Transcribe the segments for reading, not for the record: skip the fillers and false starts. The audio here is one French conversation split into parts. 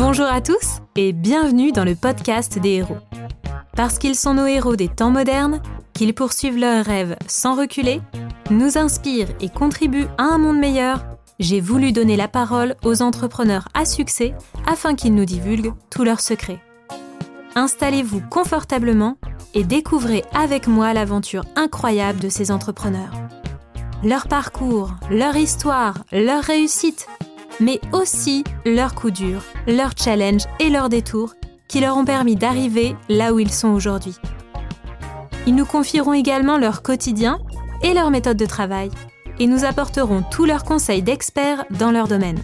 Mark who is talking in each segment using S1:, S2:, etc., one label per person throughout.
S1: Bonjour à tous et bienvenue dans le podcast des héros. Parce qu'ils sont nos héros des temps modernes, qu'ils poursuivent leurs rêves sans reculer, nous inspirent et contribuent à un monde meilleur, j'ai voulu donner la parole aux entrepreneurs à succès afin qu'ils nous divulguent tous leurs secrets. Installez-vous confortablement et découvrez avec moi l'aventure incroyable de ces entrepreneurs. Leur parcours, leur histoire, leur réussite, mais aussi leurs coups durs, leurs challenges et leurs détours qui leur ont permis d'arriver là où ils sont aujourd'hui. Ils nous confieront également leur quotidien et leur méthode de travail et nous apporteront tous leurs conseils d'experts dans leur domaine.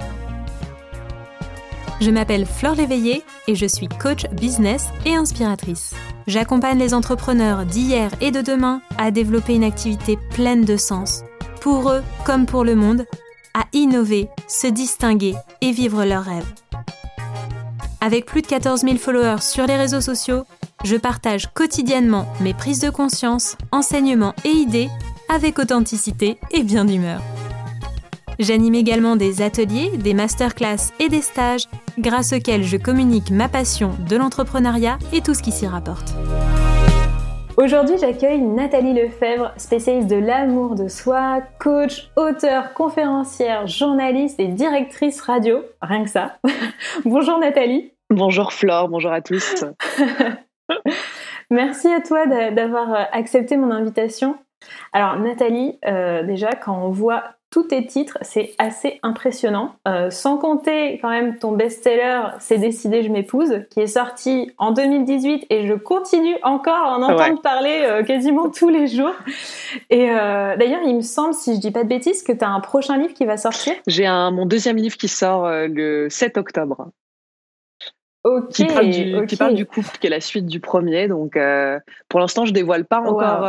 S1: Je m'appelle Flore Léveillé et je suis coach business et inspiratrice. J'accompagne les entrepreneurs d'hier et de demain à développer une activité pleine de sens, pour eux comme pour le monde, à innover, se distinguer et vivre leurs rêves. Avec plus de 14 000 followers sur les réseaux sociaux, je partage quotidiennement mes prises de conscience, enseignements et idées avec authenticité et bien d'humeur. J'anime également des ateliers, des masterclass et des stages grâce auxquels je communique ma passion de l'entrepreneuriat et tout ce qui s'y rapporte. Aujourd'hui, j'accueille Nathalie Lefebvre, spécialiste de l'amour de soi, coach, auteure, conférencière, journaliste et directrice radio. Rien que ça. Bonjour Nathalie.
S2: Bonjour Flore, bonjour à tous.
S1: Merci à toi d'avoir accepté mon invitation. Alors Nathalie, déjà quand on voit tous tes titres, c'est assez impressionnant. Sans compter quand même ton best-seller « C'est décidé, je m'épouse » qui est sorti en 2018 et je continue encore à en entendre parler quasiment tous les jours. Et d'ailleurs, il me semble, si je dis pas de bêtises, que tu as un prochain livre qui va sortir.
S2: J'ai mon deuxième livre qui sort le 7 octobre.
S1: Qui
S2: parle du couple, qui est la suite du premier. Donc, pour l'instant, je dévoile pas encore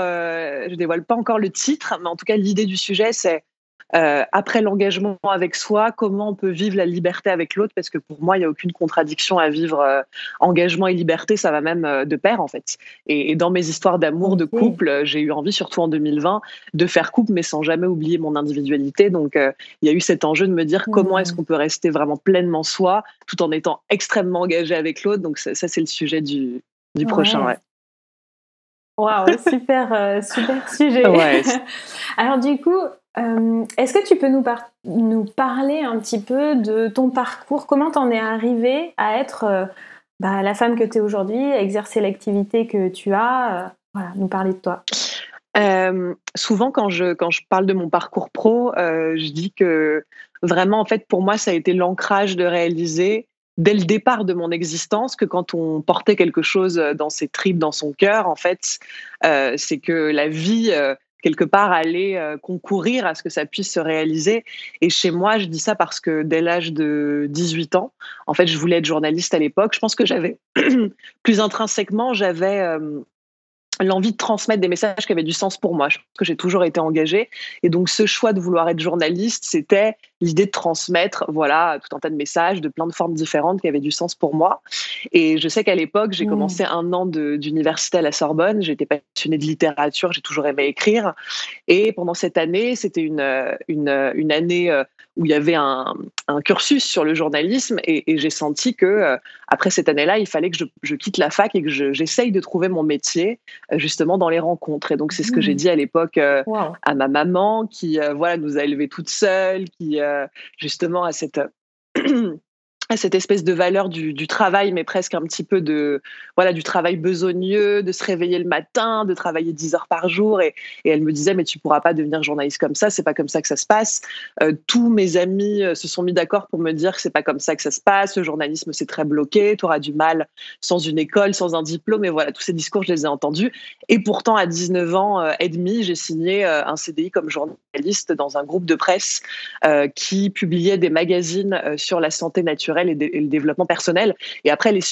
S2: le titre, mais en tout cas, l'idée du sujet, c'est après l'engagement avec soi, comment on peut vivre la liberté avec l'autre, parce que pour moi, il n'y a aucune contradiction à vivre engagement et liberté, ça va même de pair en fait. Et dans mes histoires d'amour, de couple, j'ai eu envie, surtout en 2020, de faire couple, mais sans jamais oublier mon individualité. Donc, il y a eu cet enjeu de me dire comment est-ce qu'on peut rester vraiment pleinement soi, tout en étant extrêmement engagé avec l'autre. Donc, ça c'est le sujet du prochain. Ouais.
S1: Waouh, super sujet.
S2: Ouais.
S1: Alors du coup, est-ce que tu peux nous parler un petit peu de ton parcours? Comment t'en es arrivée à être la femme que tu es aujourd'hui, à exercer l'activité que tu as? Nous parler de toi.
S2: Souvent, quand je parle de mon parcours pro, je dis que vraiment, en fait, pour moi, ça a été l'ancrage de réaliser dès le départ de mon existence que quand on portait quelque chose dans ses tripes, dans son cœur, en fait, c'est que la vie, quelque part, allait concourir à ce que ça puisse se réaliser. Et chez moi, je dis ça parce que dès l'âge de 18 ans, en fait, je voulais être journaliste à l'époque. Je pense que j'avais, plus intrinsèquement, l'envie de transmettre des messages qui avaient du sens pour moi. Je pense que j'ai toujours été engagée. Et donc, ce choix de vouloir être journaliste, c'était l'idée de transmettre, tout un tas de messages de plein de formes différentes qui avaient du sens pour moi. Et je sais qu'à l'époque, j'ai commencé 1 an d'université à la Sorbonne. J'étais passionnée de littérature, j'ai toujours aimé écrire. Et pendant cette année, c'était une année où il y avait un cursus sur le journalisme. Et j'ai senti que après cette année-là, il fallait que je quitte la fac et que j'essaye de trouver mon métier justement dans les rencontres. Et donc, c'est ce que j'ai dit à l'époque à ma maman qui nous a élevés toutes seules, qui justement a cette espèce de valeur du travail, mais presque un petit peu du travail besogneux, de se réveiller le matin, de travailler 10 heures par jour. Et elle me disait, mais tu pourras pas devenir journaliste comme ça, c'est pas comme ça que ça se passe. Tous mes amis se sont mis d'accord pour me dire que c'est pas comme ça que ça se passe, le journalisme c'est très bloqué, tu auras du mal sans une école, sans un diplôme. Et voilà, tous ces discours, je les ai entendus. Et pourtant, à 19 ans et demi, j'ai signé un CDI comme journaliste dans un groupe de presse qui publiait des magazines sur la santé naturelle et le développement personnel. Et après, les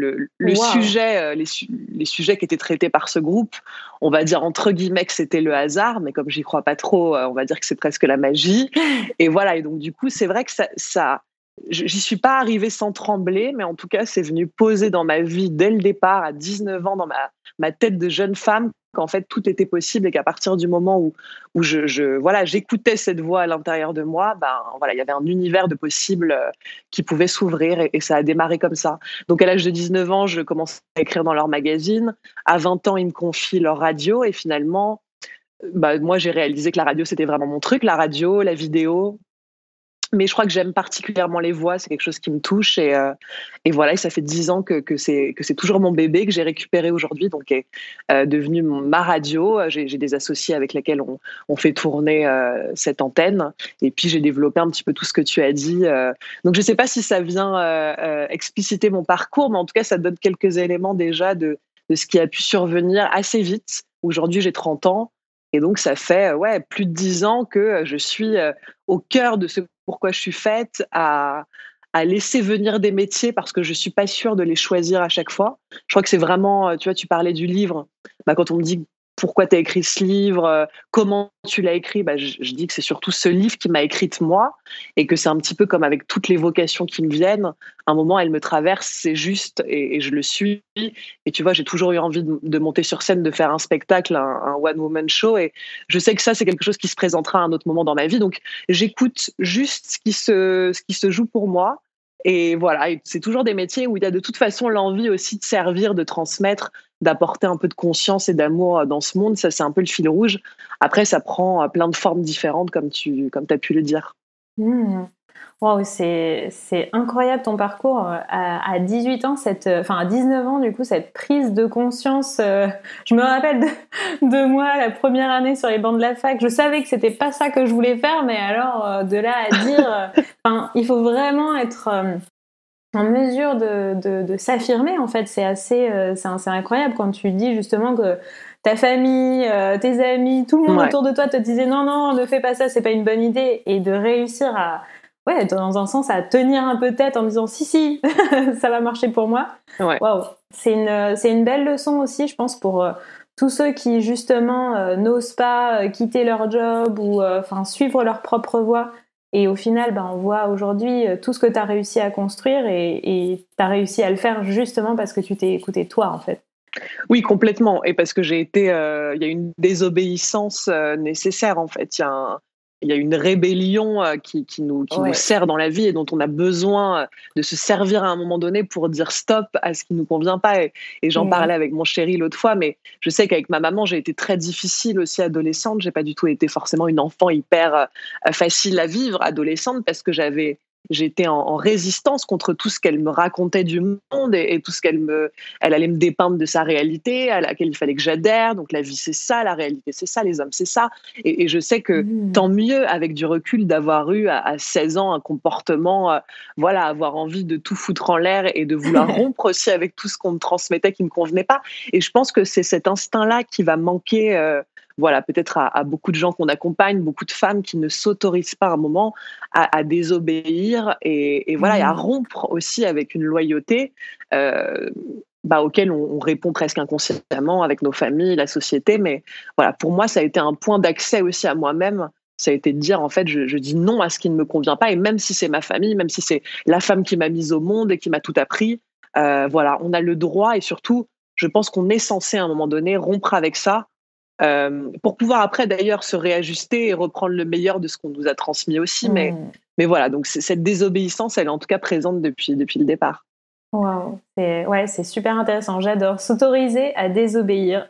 S2: sujets qui étaient traités par ce groupe, on va dire entre guillemets que c'était le hasard, mais comme j'y crois pas trop, on va dire que c'est presque la magie. Et voilà. Et donc, du coup, c'est vrai que j'y suis pas arrivée sans trembler, mais en tout cas, c'est venu poser dans ma vie dès le départ, à 19 ans, dans ma tête de jeune femme, qu'en fait tout était possible et qu'à partir du moment où voilà, j'écoutais cette voix à l'intérieur de moi, ben voilà, il y avait un univers de possibles qui pouvait s'ouvrir et ça a démarré comme ça. Donc à l'âge de 19 ans, je commence à écrire dans leur magazine. À 20 ans, ils me confient leur radio et finalement, bah, moi j'ai réalisé que la radio c'était vraiment mon truc, la radio, la vidéo. Mais je crois que j'aime particulièrement les voix, c'est quelque chose qui me touche et voilà, et ça fait 10 ans que c'est toujours mon bébé que j'ai récupéré aujourd'hui, donc est devenu ma radio. J'ai des associés avec lesquels on fait tourner cette antenne et puis j'ai développé un petit peu tout ce que tu as dit. Donc je ne sais pas si ça vient expliciter mon parcours, mais en tout cas ça donne quelques éléments déjà de ce qui a pu survenir assez vite. Aujourd'hui j'ai 30 ans et donc ça fait plus de 10 ans que je suis au cœur de ce pourquoi je suis faite, à laisser venir des métiers parce que je suis pas sûre de les choisir à chaque fois. Je crois que c'est vraiment, tu vois, tu parlais du livre. Bah, quand on me dit pourquoi tu as écrit ce livre, comment tu l'as écrit, bah, je dis que c'est surtout ce livre qui m'a écrite moi et que c'est un petit peu comme avec toutes les vocations qui me viennent. À un moment, elles me traversent, c'est juste et je le suis. Et tu vois, j'ai toujours eu envie de monter sur scène, de faire un spectacle, un one-woman show. Et je sais que ça, c'est quelque chose qui se présentera à un autre moment dans ma vie. Donc, j'écoute juste ce qui se joue pour moi. Et voilà, et c'est toujours des métiers où il y a de toute façon l'envie aussi de servir, de transmettre, d'apporter un peu de conscience et d'amour dans ce monde. Ça, c'est un peu le fil rouge. Après, ça prend plein de formes différentes, comme t'as pu le dire.
S1: Mmh. Waouh, c'est incroyable ton parcours. À 18 ans, à 19 ans, du coup, cette prise de conscience. Je me rappelle de moi, la première année sur les bancs de la fac. Je savais que c'était pas ça que je voulais faire, mais alors, de là à dire, il faut vraiment être en mesure de s'affirmer, en fait. C'est incroyable quand tu dis justement que ta famille, tes amis, tout le monde autour de toi te disait non, ne fais pas ça, c'est pas une bonne idée, et de réussir dans un sens, à tenir un peu tête en disant si, ça va marcher pour moi.
S2: Ouais.
S1: Waouh, c'est une belle leçon aussi, je pense, pour tous ceux qui justement n'osent pas quitter leur job ou suivre leur propre voie. Et au final, on voit aujourd'hui tout ce que tu as réussi à construire et tu as réussi à le faire justement parce que tu t'es écouté toi, en fait.
S2: Oui, complètement. Et parce que il y a une désobéissance nécessaire, en fait. Il y a une rébellion qui nous sert dans la vie et dont on a besoin de se servir à un moment donné pour dire stop à ce qui nous convient pas. Et j'en parlais avec mon chéri l'autre fois, mais je sais qu'avec ma maman, j'ai été très difficile aussi adolescente. J'ai pas du tout été forcément une enfant hyper facile à vivre adolescente parce que j'étais en résistance contre tout ce qu'elle me racontait du monde et tout ce elle allait me dépeindre de sa réalité à laquelle il fallait que j'adhère. Donc la vie c'est ça, la réalité c'est ça, les hommes c'est ça. Et je sais que tant mieux avec du recul d'avoir eu à 16 ans un comportement, avoir envie de tout foutre en l'air et de vouloir rompre aussi avec tout ce qu'on me transmettait qui me convenait pas. Et je pense que c'est cet instinct-là qui va manquer. Peut-être à beaucoup de gens qu'on accompagne, beaucoup de femmes qui ne s'autorisent pas un moment à désobéir et à rompre aussi avec une loyauté auquel on répond presque inconsciemment avec nos familles, la société. Mais voilà, pour moi, ça a été un point d'accès aussi à moi-même. Ça a été de dire, en fait, je dis non à ce qui ne me convient pas. Et même si c'est ma famille, même si c'est la femme qui m'a mise au monde et qui m'a tout appris, on a le droit et surtout, je pense qu'on est censé à un moment donné rompre avec ça. Pour pouvoir après d'ailleurs se réajuster et reprendre le meilleur de ce qu'on nous a transmis aussi. Mais voilà, donc cette désobéissance, elle est en tout cas présente depuis le départ.
S1: Wow. C'est super intéressant. J'adore s'autoriser à désobéir.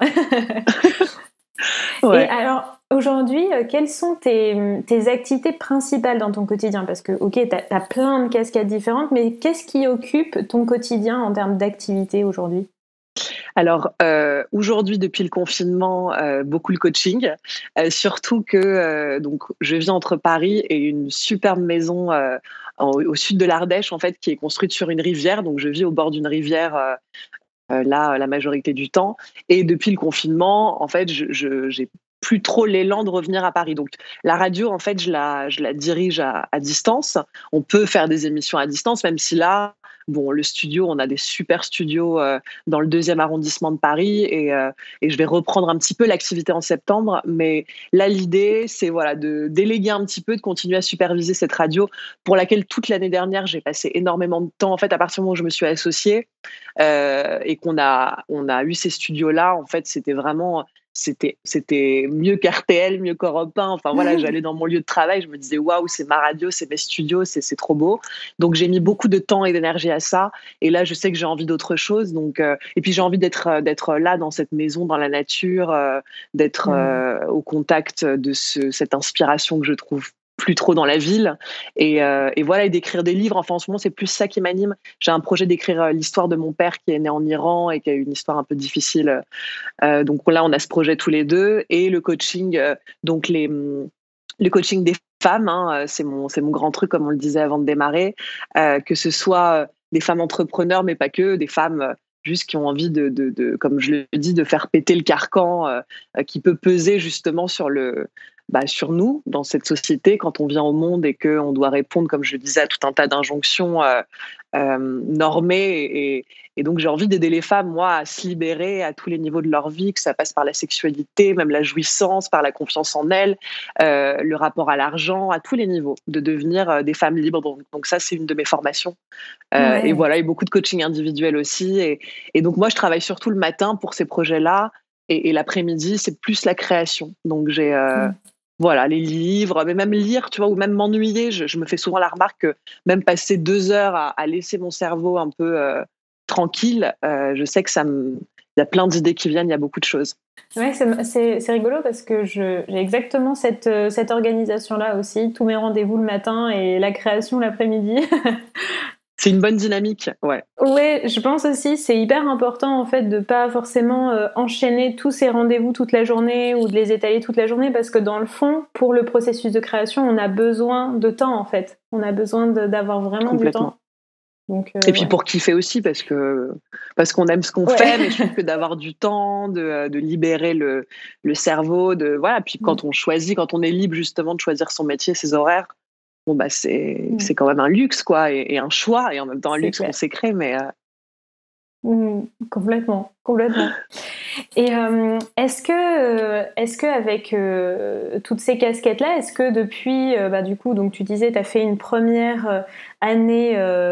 S1: Et alors, aujourd'hui, quelles sont tes activités principales dans ton quotidien? Parce que, ok, t'as plein de casquettes différentes, mais qu'est-ce qui occupe ton quotidien en termes d'activité aujourd'hui?
S2: Alors, aujourd'hui, depuis le confinement, beaucoup le coaching, surtout que donc je vis entre Paris et une superbe maison au sud de l'Ardèche, en fait, qui est construite sur une rivière. Donc, je vis au bord d'une rivière là, la majorité du temps. Et depuis le confinement, en fait, j'ai plus trop l'élan de revenir à Paris. Donc, la radio, en fait, je la dirige à distance. On peut faire des émissions à distance, même si là, le studio, on a des super studios dans le 2e arrondissement de Paris et je vais reprendre un petit peu l'activité en septembre. Mais là, l'idée, c'est de déléguer un petit peu, de continuer à superviser cette radio pour laquelle toute l'année dernière, j'ai passé énormément de temps. En fait, à partir du moment où je me suis associée et qu'on a eu ces studios-là, en fait, c'était vraiment c'était mieux qu'RTL, mieux qu'Europe 1. Enfin voilà, j'allais dans mon lieu de travail, je me disais waouh, c'est ma radio, c'est mes studios, c'est trop beau. Donc j'ai mis beaucoup de temps et d'énergie à ça. Et là, je sais que j'ai envie d'autre chose. Donc et puis j'ai envie d'être là dans cette maison, dans la nature, d'être au contact de cette inspiration que je trouve plus trop dans la ville et voilà, et d'écrire des livres. Enfin en ce moment c'est plus ça qui m'anime. J'ai un projet d'écrire l'histoire de mon père qui est né en Iran et qui a eu une histoire un peu difficile. Donc là on a ce projet tous les deux et le coaching, donc le coaching des femmes, hein, c'est mon grand truc comme on le disait avant de démarrer, que ce soit des femmes entrepreneurs mais pas que, des femmes juste qui ont envie comme je le dis, de faire péter le carcan qui peut peser justement sur nous dans cette société quand on vient au monde et qu'on doit répondre, comme je le disais, à tout un tas d'injonctions normées. Et donc j'ai envie d'aider les femmes, moi, à se libérer à tous les niveaux de leur vie, que ça passe par la sexualité, même la jouissance, par la confiance en elles, le rapport à l'argent, à tous les niveaux, de devenir des femmes libres. Donc ça, c'est une de mes formations. Et
S1: Ouais.
S2: voilà, et beaucoup de coaching individuel aussi. Et donc moi, je travaille surtout le matin pour ces projets-là. Et l'après-midi, c'est plus la création. Donc j'ai voilà, les livres, mais même lire, tu vois, ou même m'ennuyer. Je me fais souvent la remarque que même passer 2 heures à laisser mon cerveau un peu tranquille, je sais que il y a plein d'idées qui viennent, il y a beaucoup de choses.
S1: Ouais, c'est rigolo parce que j'ai exactement cette organisation-là aussi. Tous mes rendez-vous le matin et la création l'après-midi.
S2: C'est une bonne dynamique, ouais.
S1: Ouais, je pense aussi, c'est hyper important en fait de pas forcément enchaîner tous ces rendez-vous toute la journée ou de les étaler toute la journée parce que dans le fond, pour le processus de création, on a besoin de temps en fait. On a besoin d'avoir vraiment du temps.
S2: Complètement.
S1: Donc,
S2: Et puis
S1: ouais.
S2: pour kiffer aussi, parce qu'on aime ce qu'on fait, mais je trouve que d'avoir du temps, de libérer le cerveau, voilà. Puis
S1: Mm.
S2: quand on est libre justement de choisir son métier, ses horaires, bon bah
S1: Mm.
S2: c'est quand même un luxe quoi, et un choix, et en même temps un
S1: C'est
S2: luxe qu'on
S1: clair.
S2: s'est créé. Mais
S1: Complètement, complètement. Et est-ce que avec toutes ces casquettes-là, est-ce que depuis, du coup, donc tu disais, tu as fait une première année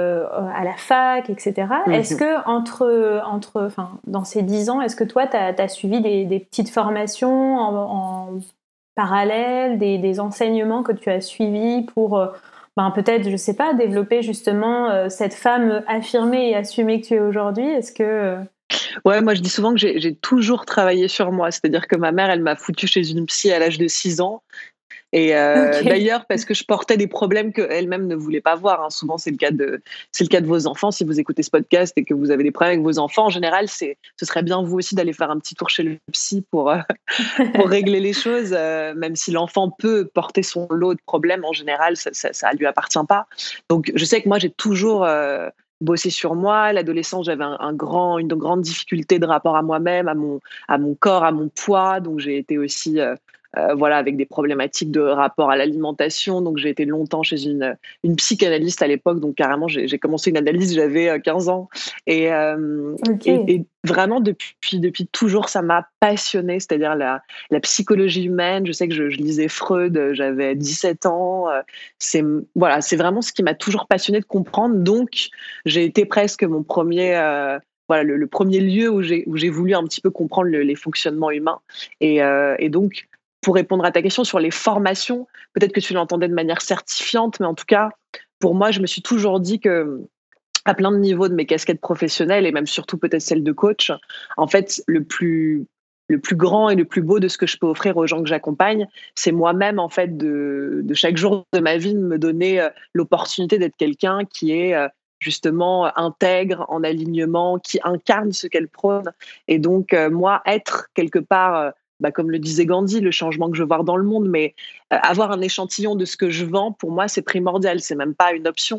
S1: à la fac, etc. Est-ce
S2: mhm.
S1: que enfin, dans ces 10 ans, est-ce que toi, tu as suivi des petites formations en parallèle, des enseignements que tu as suivis pour peut-être, je sais pas, développer justement cette femme affirmée et assumée que tu es aujourd'hui? Est-ce que
S2: Ouais, moi je dis souvent que j'ai toujours travaillé sur moi, c'est-à-dire que ma mère, elle m'a foutue chez une psy à l'âge de 6 ans. Et
S1: Ok.
S2: d'ailleurs, parce que je portais des problèmes qu'elle-même ne voulait pas voir, hein. Souvent, c'est le cas de vos enfants. Si vous écoutez ce podcast et que vous avez des problèmes avec vos enfants, en général, ce serait bien vous aussi d'aller faire un petit tour chez le psy pour régler les choses, même si l'enfant peut porter son lot de problèmes, en général, ça lui appartient pas. Donc, je sais que moi, j'ai toujours bossé sur moi. À l'adolescence, j'avais une grande difficulté de rapport à moi-même, à mon corps, à mon poids. Donc, j'ai été aussi voilà, avec des problématiques de rapport à l'alimentation. Donc, j'ai été longtemps chez une psychanalyste à l'époque. Donc, carrément, j'ai commencé une analyse, j'avais 15 ans. Et, euh, et,
S1: Ok.
S2: et vraiment, depuis toujours, ça m'a passionnée, c'est-à-dire la psychologie humaine. Je sais que je lisais Freud, j'avais 17 ans. Voilà, c'est vraiment ce qui m'a toujours passionnée de comprendre. Donc, j'ai été presque mon premier. Voilà, le premier lieu où j'ai voulu un petit peu comprendre les fonctionnements humains. Et donc, pour répondre à ta question sur les formations, peut-être que tu l'entendais de manière certifiante, mais en tout cas, pour moi, je me suis toujours dit que, à plein de niveaux de mes casquettes professionnelles et même surtout peut-être celle de coach, en fait, le plus grand et le plus beau de ce que je peux offrir aux gens que j'accompagne, c'est moi-même, en fait, de chaque jour de ma vie, de me donner l'opportunité d'être quelqu'un qui est justement intègre, en alignement, qui incarne ce qu'elle prône. Et donc, moi, être quelque part, comme le disait Gandhi, le changement que je veux voir dans le monde, mais avoir un échantillon de ce que je vends, pour moi, c'est primordial, c'est même pas une option.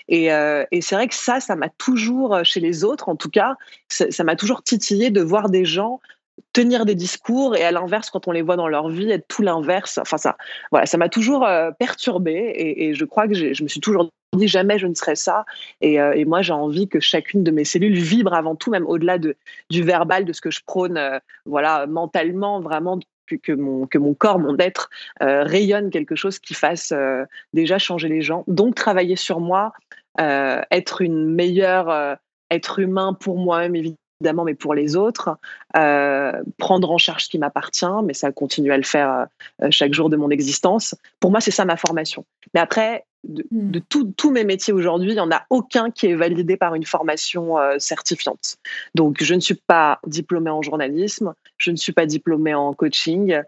S2: Et c'est vrai que ça m'a toujours, chez les autres en tout cas, ça m'a toujours titillé de voir des gens tenir des discours et à l'inverse, quand on les voit dans leur vie, être tout l'inverse. Enfin, voilà, ça m'a toujours perturbée et je crois que je me suis toujours dit jamais je ne serai ça. Et moi, j'ai envie que chacune de mes cellules vibre avant tout, même au-delà du verbal, de ce que je prône, voilà, mentalement, vraiment. Que mon corps, mon être rayonne quelque chose qui fasse déjà changer les gens. Donc, travailler sur moi, être une meilleure être humain pour moi-même, évidemment, évidemment, mais pour les autres, prendre en charge ce qui m'appartient, mais ça continue à le faire chaque jour de mon existence. Pour moi, c'est ça ma formation. Mais après, de tous mes métiers aujourd'hui, il n'y en a aucun qui est validé par une formation certifiante. Donc, je ne suis pas diplômée en journalisme, je ne suis pas diplômée en coaching.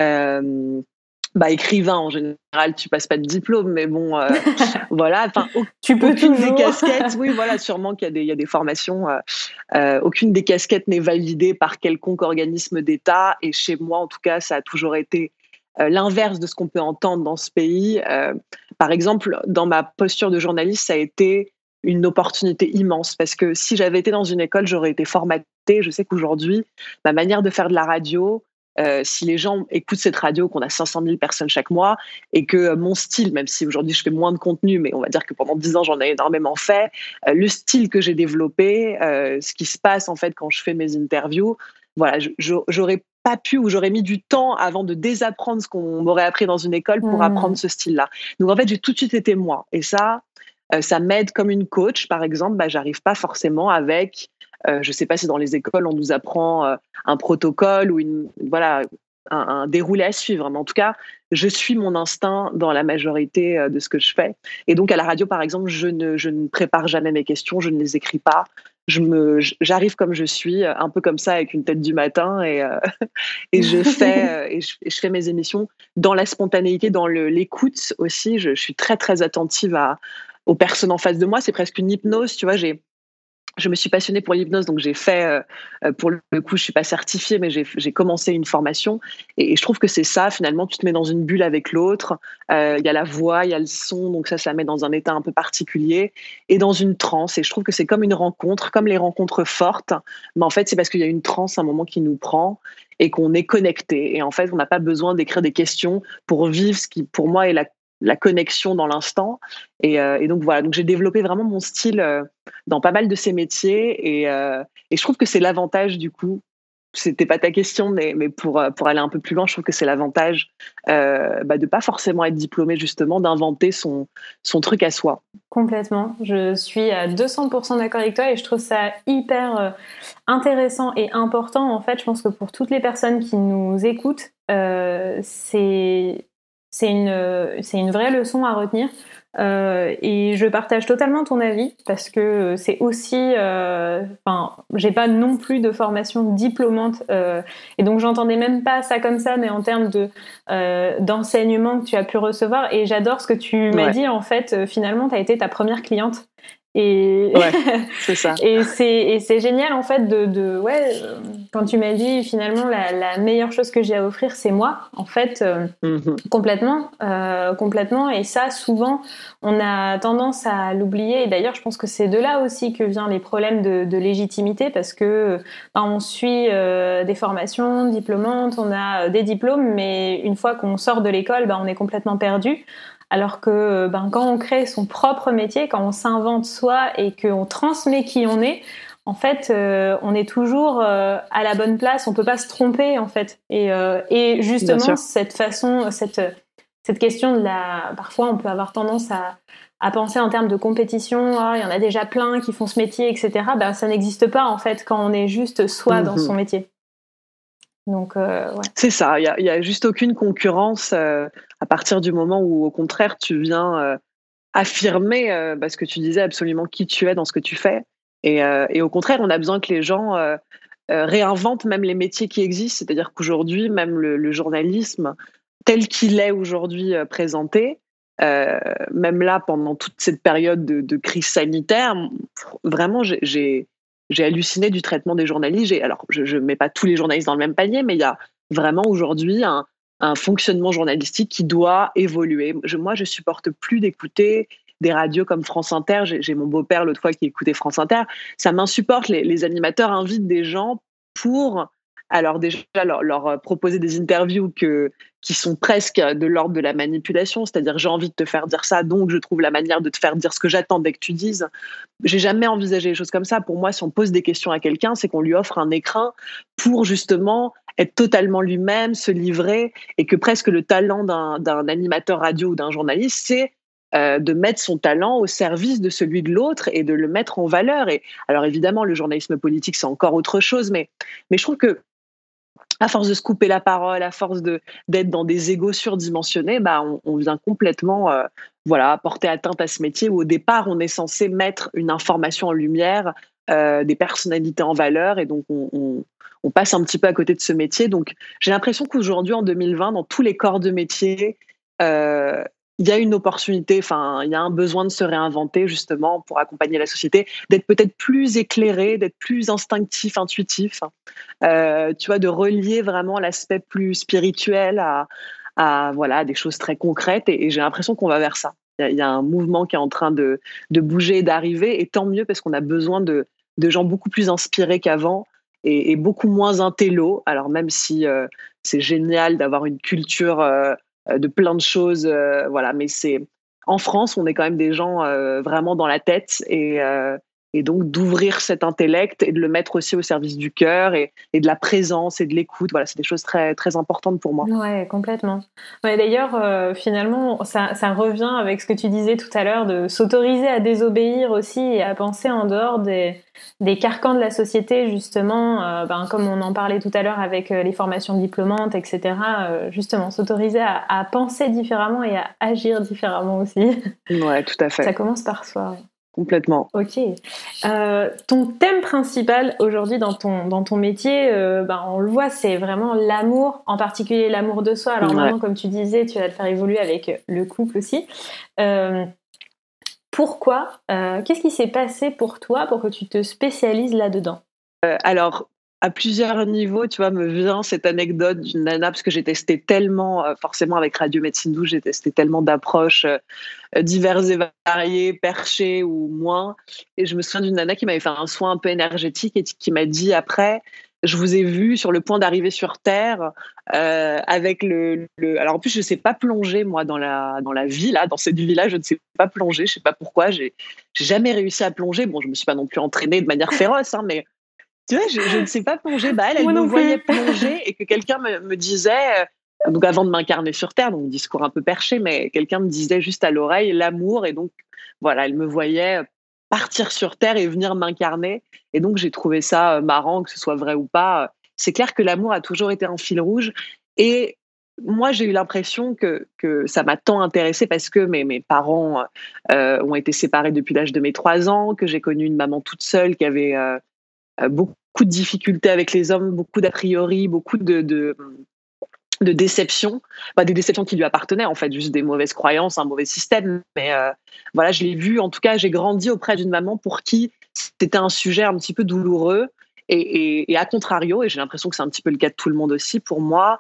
S2: Écrivain, en général, tu passes pas de diplôme, mais bon, voilà. Enfin,
S3: tu peux
S2: aucune
S3: toujours.
S2: des casquettes. Oui, voilà, sûrement qu'il y a des formations. Aucune des casquettes n'est validée par quelconque organisme d'État. Et chez moi, en tout cas, ça a toujours été l'inverse de ce qu'on peut entendre dans ce pays. Par exemple, dans ma posture de journaliste, ça a été une opportunité immense parce que si j'avais été dans une école, j'aurais été formatée. Je sais qu'aujourd'hui, ma manière de faire de la radio, si les gens écoutent cette radio, qu'on a 500 000 personnes chaque mois, et que mon style, même si aujourd'hui je fais moins de contenu, mais on va dire que pendant 10 ans j'en ai énormément fait, le style que j'ai développé, ce qui se passe en fait quand je fais mes interviews, voilà, j'aurais pas pu ou j'aurais mis du temps avant de désapprendre ce qu'on m'aurait appris dans une école pour apprendre ce style-là. Donc en fait, j'ai tout de suite été moi. Et ça m'aide comme une coach, par exemple. J'arrive pas forcément avec, je sais pas si dans les écoles on nous apprend un protocole ou un déroulé à suivre. Mais en tout cas, je suis mon instinct dans la majorité de ce que je fais. Et donc à la radio, par exemple, je ne prépare jamais mes questions, je ne les écris pas. J'arrive comme je suis, un peu comme ça, avec une tête du matin, et je fais mes émissions dans la spontanéité, dans l'écoute aussi. Je suis très très attentive aux personnes en face de moi. C'est presque une hypnose, tu vois. Je me suis passionnée pour l'hypnose, donc j'ai fait, pour le coup, je suis pas certifiée, mais j'ai commencé une formation. Et je trouve que c'est ça, finalement, tu te mets dans une bulle avec l'autre. Il y a la voix, il y a le son, donc ça met dans un état un peu particulier et dans une transe. Et je trouve que c'est comme une rencontre, comme les rencontres fortes. Mais en fait, c'est parce qu'il y a une transe, un moment qui nous prend et qu'on est connecté. Et en fait, on n'a pas besoin d'écrire des questions pour vivre ce qui, pour moi, est la connexion dans l'instant. Et donc voilà, donc j'ai développé vraiment mon style dans pas mal de ces métiers, et je trouve que c'est l'avantage, du coup. C'était pas ta question, mais pour aller un peu plus loin, je trouve que c'est l'avantage de pas forcément être diplômé, justement, d'inventer son truc à soi.
S3: Complètement, je suis à 200% d'accord avec toi et je trouve ça hyper intéressant et important. En fait, je pense que pour toutes les personnes qui nous écoutent, c'est une vraie leçon à retenir. Et je partage totalement ton avis parce que c'est aussi, j'ai pas non plus de formation diplômante, et donc j'entendais même pas ça comme ça, mais en termes d'enseignement que tu as pu recevoir. Et j'adore ce que tu m'as dit, en fait. Finalement, tu as été ta première cliente. Et
S2: c'est ça.
S3: et c'est génial, en fait, quand tu m'as dit finalement la meilleure chose que j'ai à offrir, c'est moi, en fait. Complètement. Et ça, souvent, on a tendance à l'oublier. Et d'ailleurs, je pense que c'est de là aussi que viennent les problèmes de légitimité, parce que on suit des formations diplômantes, on a des diplômes, mais une fois qu'on sort de l'école, on est complètement perdu. Alors que quand on crée son propre métier, quand on s'invente soi et qu'on transmet qui on est, en fait, on est toujours à la bonne place. On peut pas se tromper, en fait. Et justement, cette question de parfois, on peut avoir tendance à penser en termes de compétition. Il y en a déjà plein qui font ce métier, etc. Ça n'existe pas, en fait, quand on est juste soi dans son métier. Donc,
S2: c'est ça. Il y a juste aucune concurrence à partir du moment où, au contraire, tu viens affirmer ce que tu disais, absolument qui tu es dans ce que tu fais. Et au contraire, on a besoin que les gens réinventent même les métiers qui existent. C'est-à-dire qu'aujourd'hui, même le journalisme tel qu'il est aujourd'hui présenté, même là, pendant toute cette période de crise sanitaire, vraiment, j'ai halluciné du traitement des journalistes. Alors, je ne mets pas tous les journalistes dans le même panier, mais il y a vraiment aujourd'hui un fonctionnement journalistique qui doit évoluer. Moi, je supporte plus d'écouter des radios comme France Inter. J'ai mon beau-père l'autre fois qui écoutait France Inter. Ça m'insupporte. Les animateurs invitent des gens pour, alors déjà, leur proposer des interviews qui sont presque de l'ordre de la manipulation. C'est-à-dire, j'ai envie de te faire dire ça, donc je trouve la manière de te faire dire ce que j'attendais que tu dises. J'ai jamais envisagé les choses comme ça. Pour moi, si on pose des questions à quelqu'un, c'est qu'on lui offre un écrin pour justement être totalement lui-même, se livrer, et que presque le talent d'un animateur radio ou d'un journaliste, c'est de mettre son talent au service de celui de l'autre et de le mettre en valeur. Et alors évidemment, le journalisme politique, c'est encore autre chose, mais je trouve que à force de se couper la parole, à force d'être dans des égos surdimensionnés, on vient complètement porter atteinte à ce métier où au départ, on est censé mettre une information en lumière, des personnalités en valeur, et donc on passe un petit peu à côté de ce métier. Donc j'ai l'impression qu'aujourd'hui, en 2020, dans tous les corps de métier, il y a une opportunité, il y a un besoin de se réinventer justement pour accompagner la société, d'être peut-être plus éclairé, d'être plus instinctif, intuitif, tu vois, de relier vraiment l'aspect plus spirituel à voilà, des choses très concrètes, et j'ai l'impression qu'on va vers ça. Il y a un mouvement qui est en train de bouger et d'arriver, et tant mieux parce qu'on a besoin de gens beaucoup plus inspirés qu'avant, et beaucoup moins intello. Alors même si c'est génial d'avoir une culture de plein de choses, voilà, mais en France, on est quand même des gens vraiment dans la tête, et donc d'ouvrir cet intellect et de le mettre aussi au service du cœur, et de la présence et de l'écoute. Voilà, c'est des choses très, très importantes pour moi.
S3: Ouais, complètement. Ouais, d'ailleurs, finalement, ça revient avec ce que tu disais tout à l'heure, de s'autoriser à désobéir aussi et à penser en dehors des carcans de la société, justement, comme on en parlait tout à l'heure avec les formations diplômantes, etc. Justement, s'autoriser à penser différemment et à agir différemment aussi.
S2: Ouais, tout à fait.
S3: Ça commence par soi. Ouais.
S2: Complètement.
S3: Ok. Ton thème principal aujourd'hui dans ton métier, on le voit, c'est vraiment l'amour, en particulier l'amour de soi. Alors maintenant, comme tu disais, tu vas le faire évoluer avec le couple aussi. Pourquoi qu'est-ce qui s'est passé pour toi pour que tu te spécialises là-dedans ?
S2: Alors, à plusieurs niveaux, tu vois, me vient cette anecdote d'une nana, parce que j'ai testé tellement, forcément avec Radio Médecine Douce, j'ai testé tellement d'approches diverses et variées, perchées ou moins. Et je me souviens d'une nana qui m'avait fait un soin un peu énergétique et qui m'a dit après: je vous ai vu sur le point d'arriver sur Terre avec Alors en plus, je ne sais pas plonger, moi, dans la vie, là, dans cette vie-là, je ne sais pas plonger. Je ne sais pas pourquoi. J'ai jamais réussi à plonger. Bon, je ne me suis pas non plus entraînée de manière féroce, hein, mais tu vois, je ne sais pas plonger. Elle me voyait plonger, et que quelqu'un me disait, donc avant de m'incarner sur Terre, donc discours un peu perché, mais quelqu'un me disait juste à l'oreille l'amour, et donc voilà, elle me voyait partir sur Terre et venir m'incarner. Et donc j'ai trouvé ça marrant, que ce soit vrai ou pas. C'est clair que l'amour a toujours été un fil rouge, et moi j'ai eu l'impression que ça m'a tant intéressée parce que mes parents ont été séparés depuis l'âge de mes 3 ans, que j'ai connu une maman toute seule qui avait beaucoup de difficultés avec les hommes, beaucoup d'a priori, beaucoup de déceptions, des déceptions qui lui appartenaient en fait, juste des mauvaises croyances, un mauvais système. Mais voilà, je l'ai vu, en tout cas, j'ai grandi auprès d'une maman pour qui c'était un sujet un petit peu douloureux. Et à contrario, et j'ai l'impression que c'est un petit peu le cas de tout le monde aussi, pour moi,